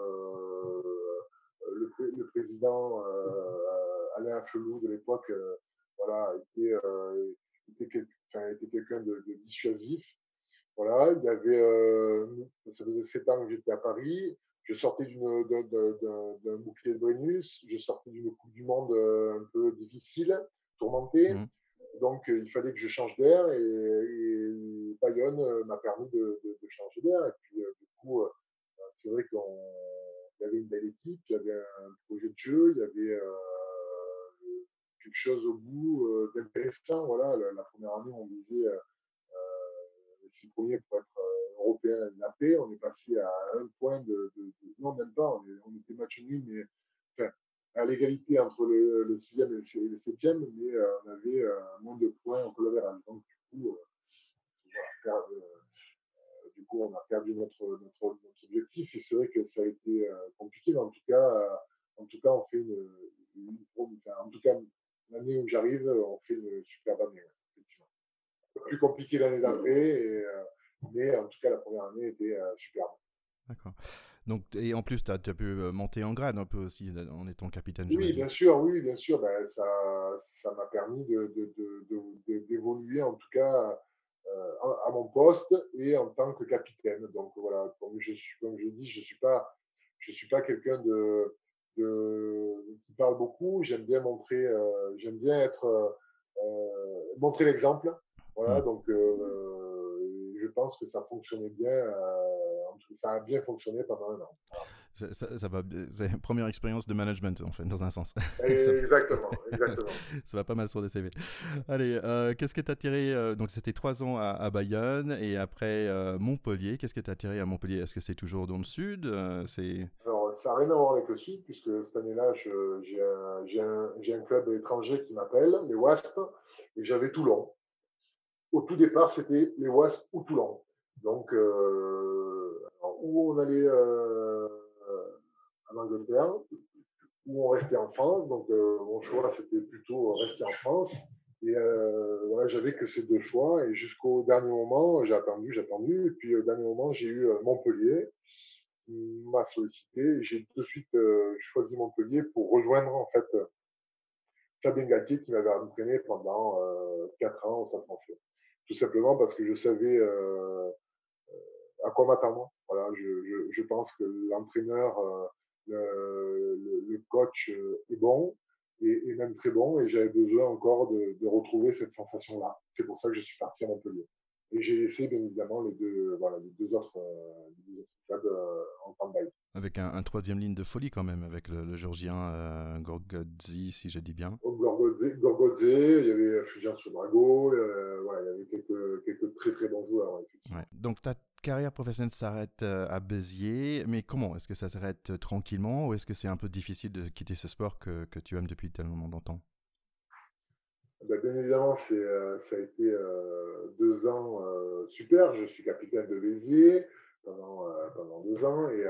le président Alain Flelou de l'époque voilà, était quelqu'un de dissuasif. Voilà, ça faisait 7 ans que j'étais à Paris. Je sortais d'un bouclier de Brennus. Je sortais d'une Coupe du Monde un peu difficile, tourmentée. Mhm. Donc, il fallait que je change d'air et Bayonne m'a permis de changer d'air. Et puis, du coup, c'est vrai qu'il y avait une belle équipe, il y avait un projet de jeu, il y avait quelque chose au bout d'intéressant. Voilà, la première année, on visait les 6 premiers pour être européen de la paix. On est passé à un point non, même pas, on était match nul, mais enfin, à l'égalité entre le 6e et le 7e, mais on avait moins de points entre le verre. Donc, du coup, on a perdu notre objectif et c'est vrai que ça a été compliqué, mais en tout cas, on fait en tout cas, l'année où j'arrive, on fait une superbe année, effectivement. Un peu plus compliqué l'année d'après, mais en tout cas, la première année était superbe. D'accord. Donc, et en plus, tu as pu monter en grade un peu aussi en étant capitaine, Oui, j'imagine. bien sûr, oui, bien sûr. Ben, ça m'a permis d'évoluer, en tout cas, à mon poste et en tant que capitaine. Donc voilà, comme je dis, je suis pas quelqu'un qui parle beaucoup. J'aime bien montrer l'exemple. Voilà, Hmm. donc je pense que ça fonctionnait bien. Ça a bien fonctionné pendant un an. Ça va, c'est une première expérience de management, en fait, dans un sens. ça, Exactement, exactement. ça va pas mal sur le CV. Allez, qu'est-ce que tu as tiré donc, c'était 3 ans à Bayonne et après Montpellier. Qu'est-ce que tu as tiré à Montpellier? Est-ce que c'est toujours dans le sud c'est... Alors, ça n'a rien à voir avec le Sud, puisque cette année-là, j'ai un club étranger qui m'appelle, les Wasps, et j'avais Toulon. Au tout départ, c'était les Wasps ou Toulon. Donc, où on allait en Angleterre, où on restait en France. Donc, mon choix, c'était plutôt rester en France. Et voilà, j'avais que ces deux choix. Et jusqu'au dernier moment, j'ai attendu. Et puis, au dernier moment, j'ai eu Montpellier qui m'a sollicité. Et j'ai tout de suite choisi Montpellier pour rejoindre, en fait, Fabien Galtier qui m'avait entraîné pendant 4 ans au Stade français. Tout simplement parce que je savais à quoi m'attendre. voilà, je pense que l'entraîneur, le coach est bon et même très bon, et j'avais besoin encore de retrouver cette sensation-là. C'est pour ça que je suis parti à Montpellier. Et j'ai laissé bien évidemment les deux autres clubs en stand-by. Avec un troisième ligne de folie quand même, avec le Géorgien Gorgodzi, si je dis bien. Gorgodze, il y avait Fulgence Drago, voilà, il y avait quelques très très bons joueurs, ouais, effectivement. Ouais. Donc ta carrière professionnelle s'arrête à Béziers, mais comment? Est-ce que ça s'arrête tranquillement ou est-ce que c'est un peu difficile de quitter ce sport que tu aimes depuis tellement longtemps? Ben, bien évidemment, ça a été 2 ans super. Je suis capitaine de Béziers pendant 2 ans et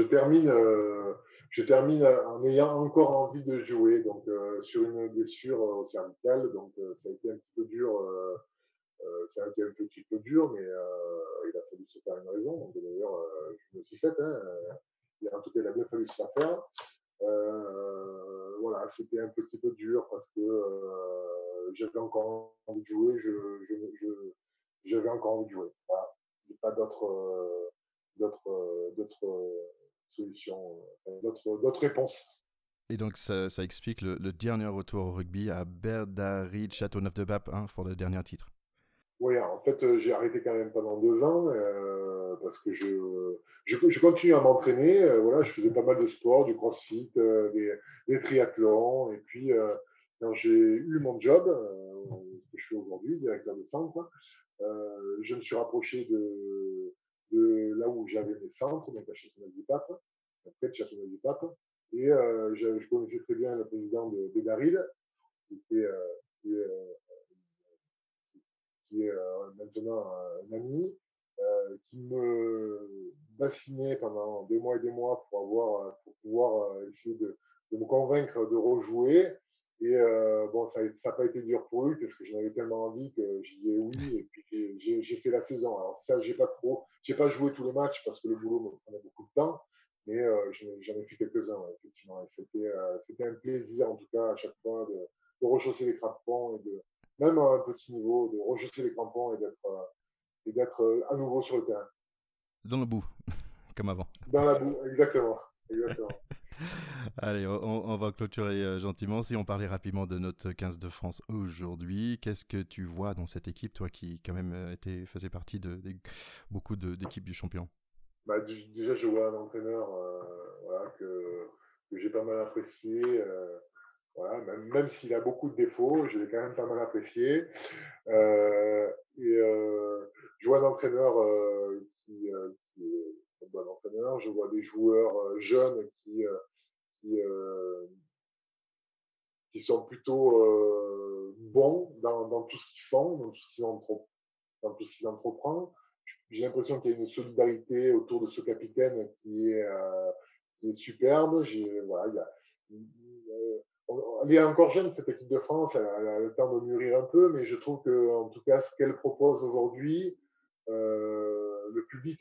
je termine en ayant encore envie de jouer. Donc sur une blessure au cervical, donc ça a été un petit peu dur. Ça a été un petit peu dur, mais il a fallu se faire une raison. Donc d'ailleurs, je me suis faite. Hein, en tout cas, il a bien fallu se la faire. Voilà, c'était un petit peu dur parce que j'avais encore envie de jouer, j'avais encore envie de jouer. Voilà. Il n'y a pas d'autres solutions, d'autres réponses. Et donc ça explique le dernier retour au rugby à Berdarid Châteauneuf-de-Pape pour le dernier titre. Oui, en fait, j'ai arrêté quand même pendant 2 ans parce que je continue à m'entraîner. Voilà, je faisais pas mal de sport, du crossfit, des triathlons. Et puis, quand j'ai eu mon job, que je fais aujourd'hui, directeur de centre, je me suis rapproché de là où j'avais mes centres, donc à Châteauneuf-du-Pape, près de Châteauneuf-du-Pape. Et je connaissais très bien le président de Bédaril, qui était, qui est, qui est maintenant un ami, qui me bassinait pendant des mois et des mois pour pouvoir essayer de me convaincre de rejouer. Et bon, ça n'a pas été dur pour lui parce que j'en avais tellement envie que j'y ai oui. Et puis j'ai fait la saison. Alors ça, j'ai pas joué tous les matchs parce que le boulot me prenait beaucoup de temps, mais j'en ai fait quelques-uns, ouais, effectivement. Et c'était un plaisir en tout cas à chaque fois de rechausser les crampons et même à un petit niveau, de rechausser les crampons et d'être à nouveau sur le terrain. Dans le bout, comme avant. Dans la boue, exactement. Exactement. Allez, on va clôturer gentiment. Si on parlait rapidement de notre 15 de France aujourd'hui, qu'est-ce que tu vois dans cette équipe, toi qui quand même faisait partie de beaucoup d'équipes du champion? Bah, déjà, je vois un entraîneur voilà, que j'ai pas mal apprécié. Voilà, même s'il a beaucoup de défauts, je l'ai quand même pas mal apprécié. Et je vois un entraîneur qui est un bon entraîneur. Je vois des joueurs jeunes qui sont plutôt bons dans tout ce qu'ils font, dans tout ce qu'ils entreprennent. J'ai l'impression qu'il y a une solidarité autour de ce capitaine qui est superbe. Voilà, elle est encore jeune, cette équipe de France, elle a le temps de mûrir un peu, mais je trouve que, en tout cas, ce qu'elle propose aujourd'hui, le public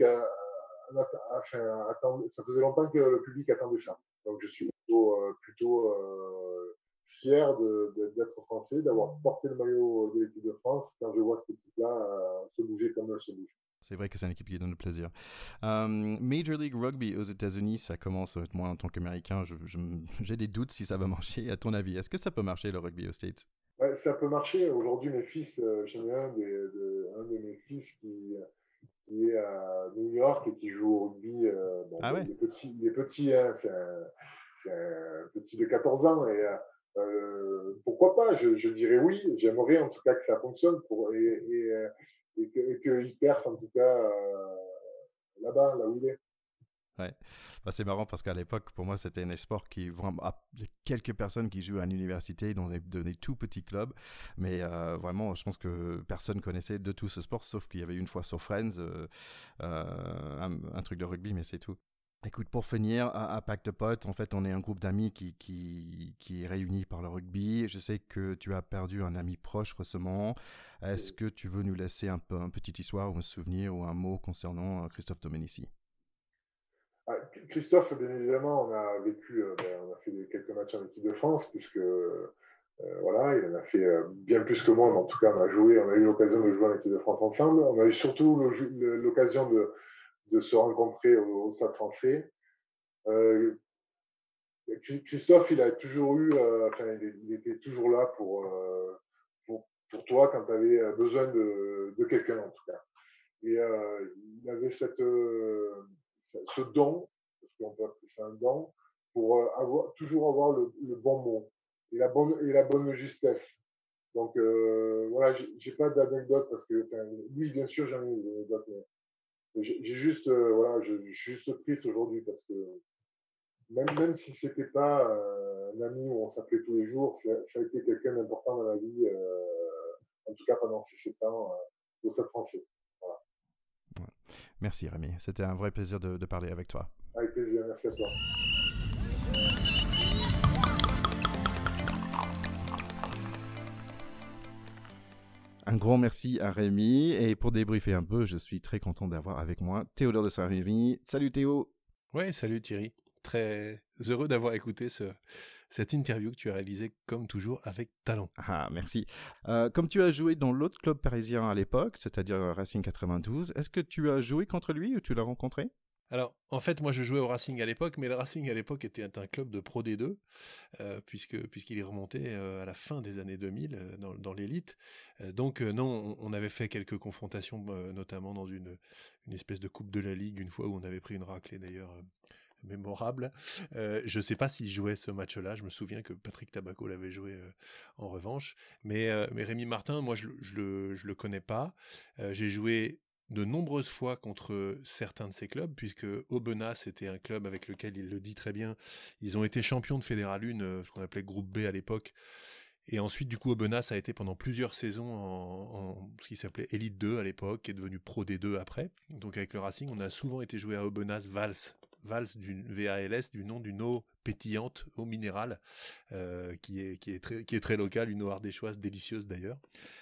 ça faisait longtemps que le public attendait ça. Donc je suis plutôt fier d'être français, d'avoir porté le maillot de l'équipe de France quand je vois cette équipe-là se bouger comme elle se bouge. C'est vrai que c'est une équipe qui donne le plaisir. Major League Rugby aux États-Unis, ça commence, moi en tant qu'Américain, j'ai des doutes si ça va marcher. À ton avis, est-ce que ça peut marcher le rugby aux States? Ouais, ça peut marcher. Aujourd'hui, mes fils, j'en ai un de mes fils qui est à New York et qui joue au rugby. Bon, Ah ouais? il est petit, hein, c'est un petit de 14 ans. Et pourquoi pas, je dirais oui. J'aimerais en tout cas que ça fonctionne et qu'il perce en tout cas là-bas, là où il est. Ouais, c'est marrant parce qu'à l'époque, pour moi, c'était un sport qui vraiment. Il y a quelques personnes qui jouent à l'université dans des tout petits clubs, mais vraiment, je pense que personne connaissait de tout ce sport, sauf qu'il y avait une fois sur Friends, un truc de rugby, mais c'est tout. Écoute, pour finir, à Pacte de Potes, en fait, on est un groupe d'amis qui est réuni par le rugby. Je sais que tu as perdu un ami proche récemment. Est-ce que tu veux nous laisser une petite histoire ou un souvenir ou un mot concernant Christophe Domenici? Ah, Christophe, bien évidemment, on a fait quelques matchs en équipe de France, puisque voilà, il en a fait bien plus que moi, mais en tout cas, on a eu l'occasion de jouer en équipe de France ensemble. On a eu surtout l'occasion de se rencontrer au Stade Français. Christophe, il a toujours eu, il était toujours là pour toi quand tu avais besoin de quelqu'un, en tout cas. Et il avait ce don, parce qu'on peut appeler ça un don, pour toujours avoir le bon mot et la bonne justesse. Donc voilà, j'ai pas d'anecdote parce que, oui, bien sûr, j'en ai des anecdotes, mais j'ai juste, voilà, je suis juste triste aujourd'hui parce que même si c'était pas un ami où on s'appelait tous les jours, ça a été quelqu'un d'important dans la vie, en tout cas pendant ces 7 ans au Stade Français. Voilà. Ouais. Merci Rémi, c'était un vrai plaisir de parler avec toi. Avec plaisir, merci à toi. Un grand merci à Rémi, et pour débriefer un peu, je suis très content d'avoir avec moi Théodore de Saint-Rémy. Salut Théo. Ouais, salut Thierry. Très heureux d'avoir écouté cette interview que tu as réalisée comme toujours avec talent. Ah, merci. Comme tu as joué dans l'autre club parisien à l'époque, c'est-à-dire Racing 92, est-ce que tu as joué contre lui ou tu l'as rencontré? Alors, en fait, moi je jouais au Racing à l'époque, mais le Racing à l'époque était un club de Pro D2, puisqu'il est remonté à la fin des années 2000 dans l'élite. Donc non, on avait fait quelques confrontations, notamment dans une espèce de coupe de la Ligue, une fois où on avait pris une raclée d'ailleurs mémorable. Je ne sais pas s'il jouait ce match-là. Je me souviens que Patrick Tabaco l'avait joué en revanche. Mais Rémi Martin, moi, je le connais pas. J'ai joué de nombreuses fois contre certains de ces clubs, puisque Aubenas était un club avec lequel, il le dit très bien, ils ont été champions de Fédéral 1, ce qu'on appelait groupe B à l'époque. Et ensuite, du coup, Aubenas a été pendant plusieurs saisons en ce qui s'appelait Elite 2 à l'époque, qui est devenu Pro D2 après. Donc avec le Racing, on a souvent été joué à Aubenas Vals du VALS, du nom d'une eau pétillante, eau minérale, qui est très locale, une eau ardéchoise délicieuse d'ailleurs.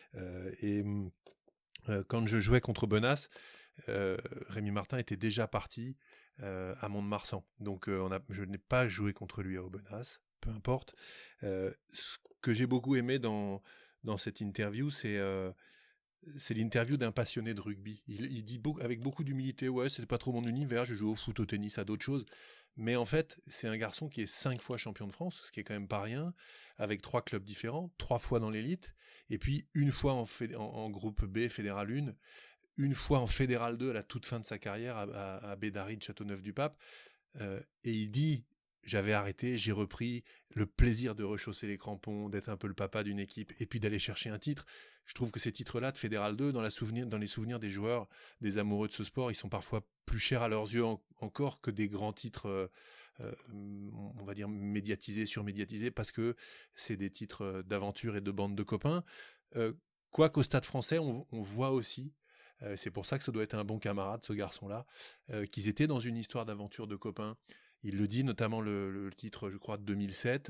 Quand je jouais contre Aubenas, Rémi Martin était déjà parti à Mont-de-Marsan. Donc je n'ai pas joué contre lui à Aubenas, peu importe. Ce que j'ai beaucoup aimé dans cette interview, c'est l'interview d'un passionné de rugby. Il dit avec beaucoup d'humilité, ouais, c'est pas trop mon univers, je joue au foot, au tennis, à d'autres choses. Mais en fait, c'est un garçon qui est 5 fois champion de France, ce qui est quand même pas rien, avec 3 clubs différents, 3 fois dans l'élite, et puis une fois en groupe B, Fédéral 1, une fois en Fédéral 2 à la toute fin de sa carrière à Bédary de Châteauneuf-du-Pape. Et il dit, j'avais arrêté, j'ai repris le plaisir de rechausser les crampons, d'être un peu le papa d'une équipe et puis d'aller chercher un titre. Je trouve que ces titres-là de Fédéral 2, dans les souvenirs des joueurs, des amoureux de ce sport, ils sont parfois plus chers à leurs yeux encore que des grands titres, on va dire médiatisés, surmédiatisés, parce que c'est des titres d'aventure et de bande de copains. Quoiqu'au Stade Français, on voit aussi, c'est pour ça que ça doit être un bon camarade, ce garçon-là, qu'ils étaient dans une histoire d'aventure de copains. Il le dit, notamment le titre, je crois, de 2007.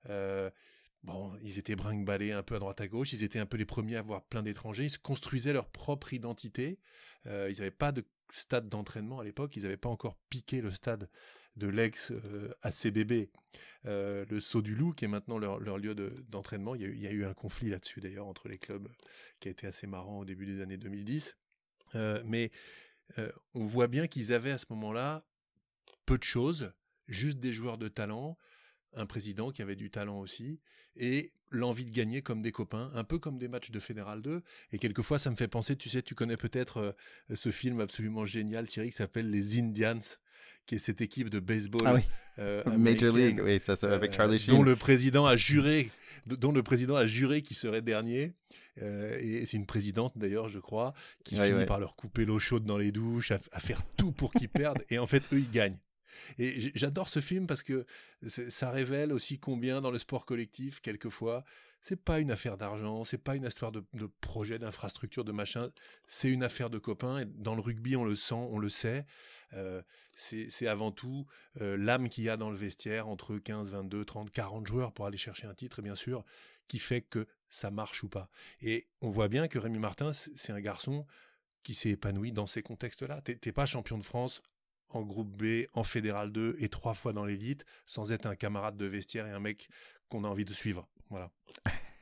Bon, ils étaient brinque-ballés un peu à droite à gauche. Ils étaient un peu les premiers à avoir plein d'étrangers. Ils se construisaient leur propre identité. Ils n'avaient pas de stade d'entraînement à l'époque. Ils n'avaient pas encore piqué le stade de l'ex-ACBB. Le Saut du Loup, qui est maintenant leur lieu d'entraînement. Il y a eu un conflit là-dessus, d'ailleurs, entre les clubs, qui a été assez marrant au début des années 2010. Mais on voit bien qu'ils avaient à ce moment-là peu de choses, juste des joueurs de talent, un président qui avait du talent aussi, et l'envie de gagner comme des copains, un peu comme des matchs de Fédéral 2. Et quelquefois, ça me fait penser, tu sais, tu connais peut-être ce film absolument génial, Thierry, qui s'appelle Les Indians, qui est cette équipe de baseball Major League, oui, ça avec Charlie Sheen. dont le président a juré qu'il serait dernier. Et c'est une présidente d'ailleurs, je crois, qui finit par leur couper l'eau chaude dans les douches, à faire tout pour qu'ils perdent. Et en fait, eux, ils gagnent. Et j'adore ce film parce que ça révèle aussi combien dans le sport collectif, quelquefois, c'est pas une affaire d'argent, c'est pas une histoire de projet, d'infrastructure, de machin, c'est une affaire de copains. Et dans le rugby, on le sent, on le sait. C'est avant tout l'âme qu'il y a dans le vestiaire entre 15, 22, 30, 40 joueurs pour aller chercher un titre, et bien sûr, qui fait que ça marche ou pas. Et on voit bien que Rémi Martin, c'est un garçon qui s'est épanoui dans ces contextes-là. T'es pas champion de France en groupe B, en Fédéral 2 et 3 fois dans l'élite, sans être un camarade de vestiaire et un mec qu'on a envie de suivre. Voilà.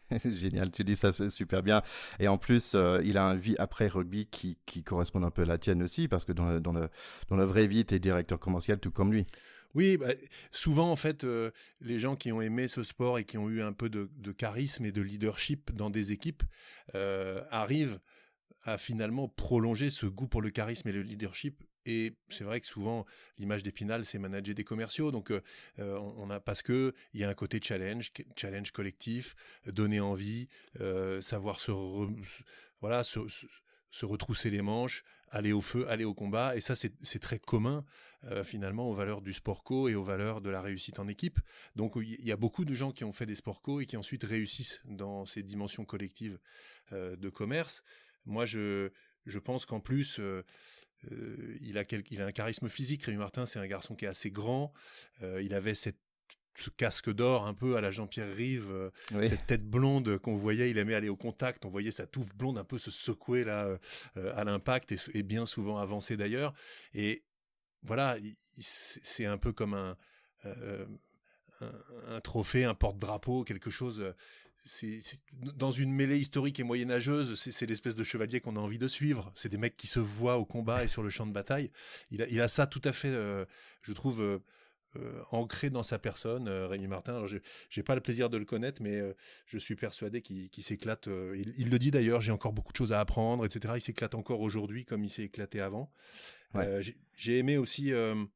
C'est génial, tu dis ça c'est super bien. Et en plus, il a une vie après rugby qui correspond un peu à la tienne aussi, parce que dans la vraie vie, tu es directeur commercial tout comme lui. Oui, bah, souvent en fait, les gens qui ont aimé ce sport et qui ont eu un peu de charisme et de leadership dans des équipes arrivent à finalement prolonger ce goût pour le charisme et le leadership. Et c'est vrai que souvent, l'image d'Épinal, c'est manager des commerciaux. Donc, on a, parce que il y a un côté challenge collectif, donner envie, savoir voilà, se retrousser les manches, aller au feu, aller au combat. Et ça, c'est très commun, finalement, aux valeurs du sport co et aux valeurs de la réussite en équipe. Donc, il y a beaucoup de gens qui ont fait des sports co et qui ensuite réussissent dans ces dimensions collectives de commerce. Moi, je pense qu'en plus, il a un charisme physique. Rémi Martin, c'est un garçon qui est assez grand. Il avait ce casque d'or un peu à la Jean-Pierre Rive, Oui. cette tête blonde qu'on voyait, il aimait aller au contact, on voyait sa touffe blonde un peu se secouer là à l'impact et bien souvent avancer d'ailleurs. Et voilà, c'est un peu comme euh, un trophée, un porte-drapeau, quelque chose. Dans une mêlée historique et moyenâgeuse, c'est l'espèce de chevalier qu'on a envie de suivre. C'est des mecs qui se voient au combat et sur le champ de bataille. Il a ça tout à fait, je trouve, ancré dans sa personne, Rémi Martin. Alors, j'ai pas le plaisir de le connaître, mais je suis persuadé qu'il s'éclate. Il le dit d'ailleurs, j'ai encore beaucoup de choses à apprendre, etc. Il s'éclate encore aujourd'hui comme il s'est éclaté avant. Ouais. J'ai aimé aussi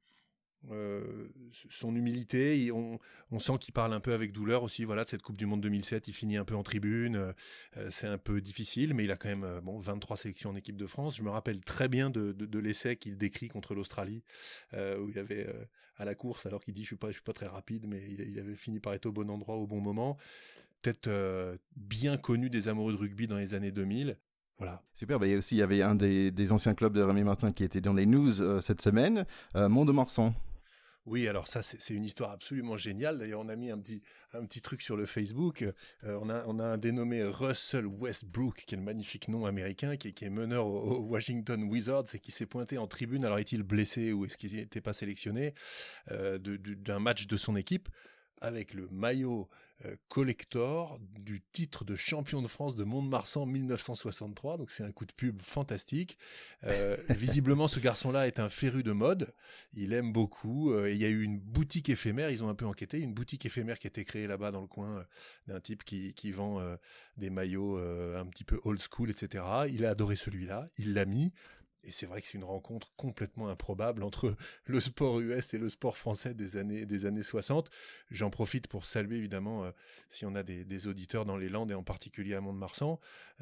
son humilité. On sent qu'il parle un peu avec douleur aussi. Voilà, de cette Coupe du Monde 2007, il finit un peu en tribune. C'est un peu difficile, mais il a quand même 23 sélections en équipe de France. Je me rappelle très bien de l'essai qu'il décrit contre l'Australie, où il avait à la course, alors qu'il dit je suis pas très rapide, mais il avait fini par être au bon endroit au bon moment. Peut-être bien connu des amoureux de rugby dans les années 2000. Voilà. Super, bah, il y avait un des anciens clubs de Rémi Martin qui était dans les news cette semaine, Mont-de-Marsan. Oui, alors ça, c'est une histoire absolument géniale. D'ailleurs, on a mis un petit truc sur le Facebook. On a un dénommé Russell Westbrook, qui est le magnifique nom américain, qui est meneur au Washington Wizards et qui s'est pointé en tribune. Alors, est-il blessé ou est-ce qu'il n'était pas sélectionné d'un match de son équipe avec le maillot collector du titre de champion de France de Mont-de-Marsan 1963. Donc c'est un coup de pub fantastique. Visiblement, ce garçon-là est un féru de mode. Il aime beaucoup. Et il y a eu une boutique éphémère. Ils ont un peu enquêté. Une boutique éphémère qui a été créée là-bas dans le coin d'un type qui vend des maillots un petit peu old school, etc. Il a adoré celui-là. Il l'a mis. Et c'est vrai que c'est une rencontre complètement improbable entre le sport US et le sport français des années 60. J'en profite pour saluer évidemment, si on a des auditeurs dans les Landes et en particulier à Mont-de-Marsan,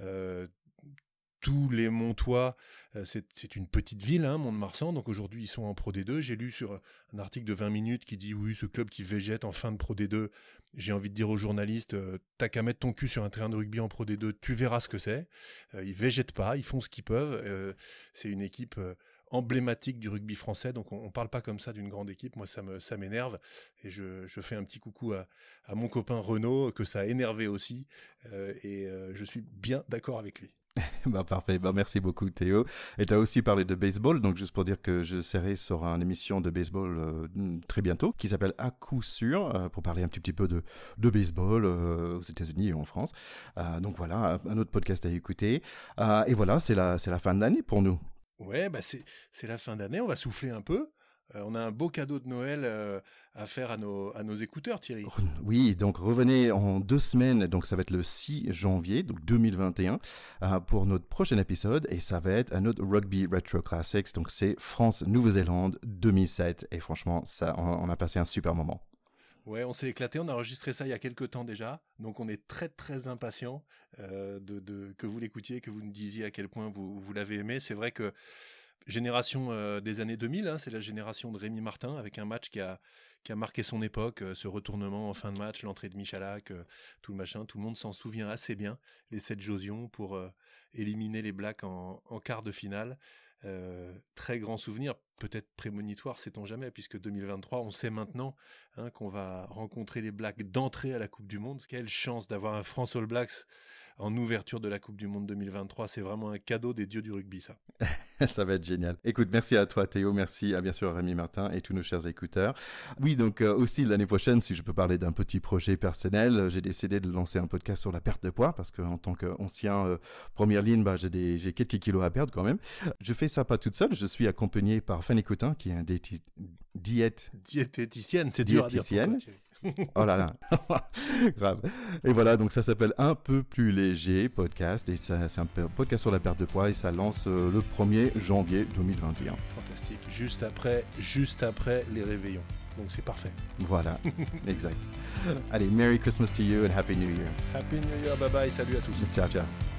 tous les Montois, c'est une petite ville, hein, Mont-de-Marsan, donc aujourd'hui ils sont en Pro D2. J'ai lu sur un article de 20 minutes qui dit oui, ce club qui végète en fin de Pro D2, j'ai envie de dire aux journalistes, t'as qu'à mettre ton cul sur un terrain de rugby en Pro D2, tu verras ce que c'est. Ils végètent pas, ils font ce qu'ils peuvent. C'est une équipe emblématique du rugby français, donc on parle pas comme ça d'une grande équipe. Moi ça m'énerve et je fais un petit coucou à mon copain Renaud que ça a énervé aussi et je suis bien d'accord avec lui. Bah, parfait, bah, merci beaucoup Théo. Et tu as aussi parlé de baseball, donc juste pour dire que je serai sur une émission de baseball très bientôt qui s'appelle À coup sûr, pour parler un petit peu de baseball aux États-Unis et en France. Donc voilà, un autre podcast à écouter. Et voilà, c'est la fin de l'année pour nous. Ouais, bah c'est la fin d'année, on va souffler un peu. On a un beau cadeau de Noël à faire à nos écouteurs, Thierry. Oui, donc revenez en 2 semaines, donc ça va être le 6 janvier, donc 2021, pour notre prochain épisode, et ça va être un autre Rugby Retro Classics, donc c'est France-Nouvelle-Zélande 2007, et franchement, ça, on a passé un super moment. Ouais, on s'est éclaté, on a enregistré ça il y a quelques temps déjà, donc on est très très impatient que vous l'écoutiez, que vous nous disiez à quel point vous l'avez aimé. C'est vrai que génération des années 2000, hein, c'est la génération de Rémi Martin avec un match qui a marqué son époque, ce retournement en fin de match, l'entrée de Michalak, tout le machin, tout le monde s'en souvient assez bien, les 7 Josion pour éliminer les Blacks en quart de finale. Très grand souvenir, peut-être prémonitoire, sait-on jamais, puisque 2023, on sait maintenant qu'on va rencontrer les Blacks d'entrée à la Coupe du Monde. Quelle chance d'avoir un France All Blacks en ouverture de la Coupe du Monde 2023. C'est vraiment un cadeau des dieux du rugby, ça. Ça va être génial. Écoute, merci à toi Théo, merci à bien sûr à Rémi Martin et tous nos chers écouteurs. Oui, donc aussi l'année prochaine, si je peux parler d'un petit projet personnel, j'ai décidé de lancer un podcast sur la perte de poids parce qu'en tant qu'ancien première ligne, j'ai quelques kilos à perdre quand même. Je fais ça pas toute seule, je suis accompagné par Fanny Coutin qui est un diététicienne, c'est dur à dire. Oh là là, grave. Et voilà, donc ça s'appelle Un peu plus léger podcast et c'est un podcast sur la perte de poids et ça lance le 1er janvier 2021. Fantastique, juste après les réveillons. Donc c'est parfait. Voilà, exact. Allez, Merry Christmas to you and Happy New Year. Happy New Year, bye bye, salut à tous. Ciao, ciao.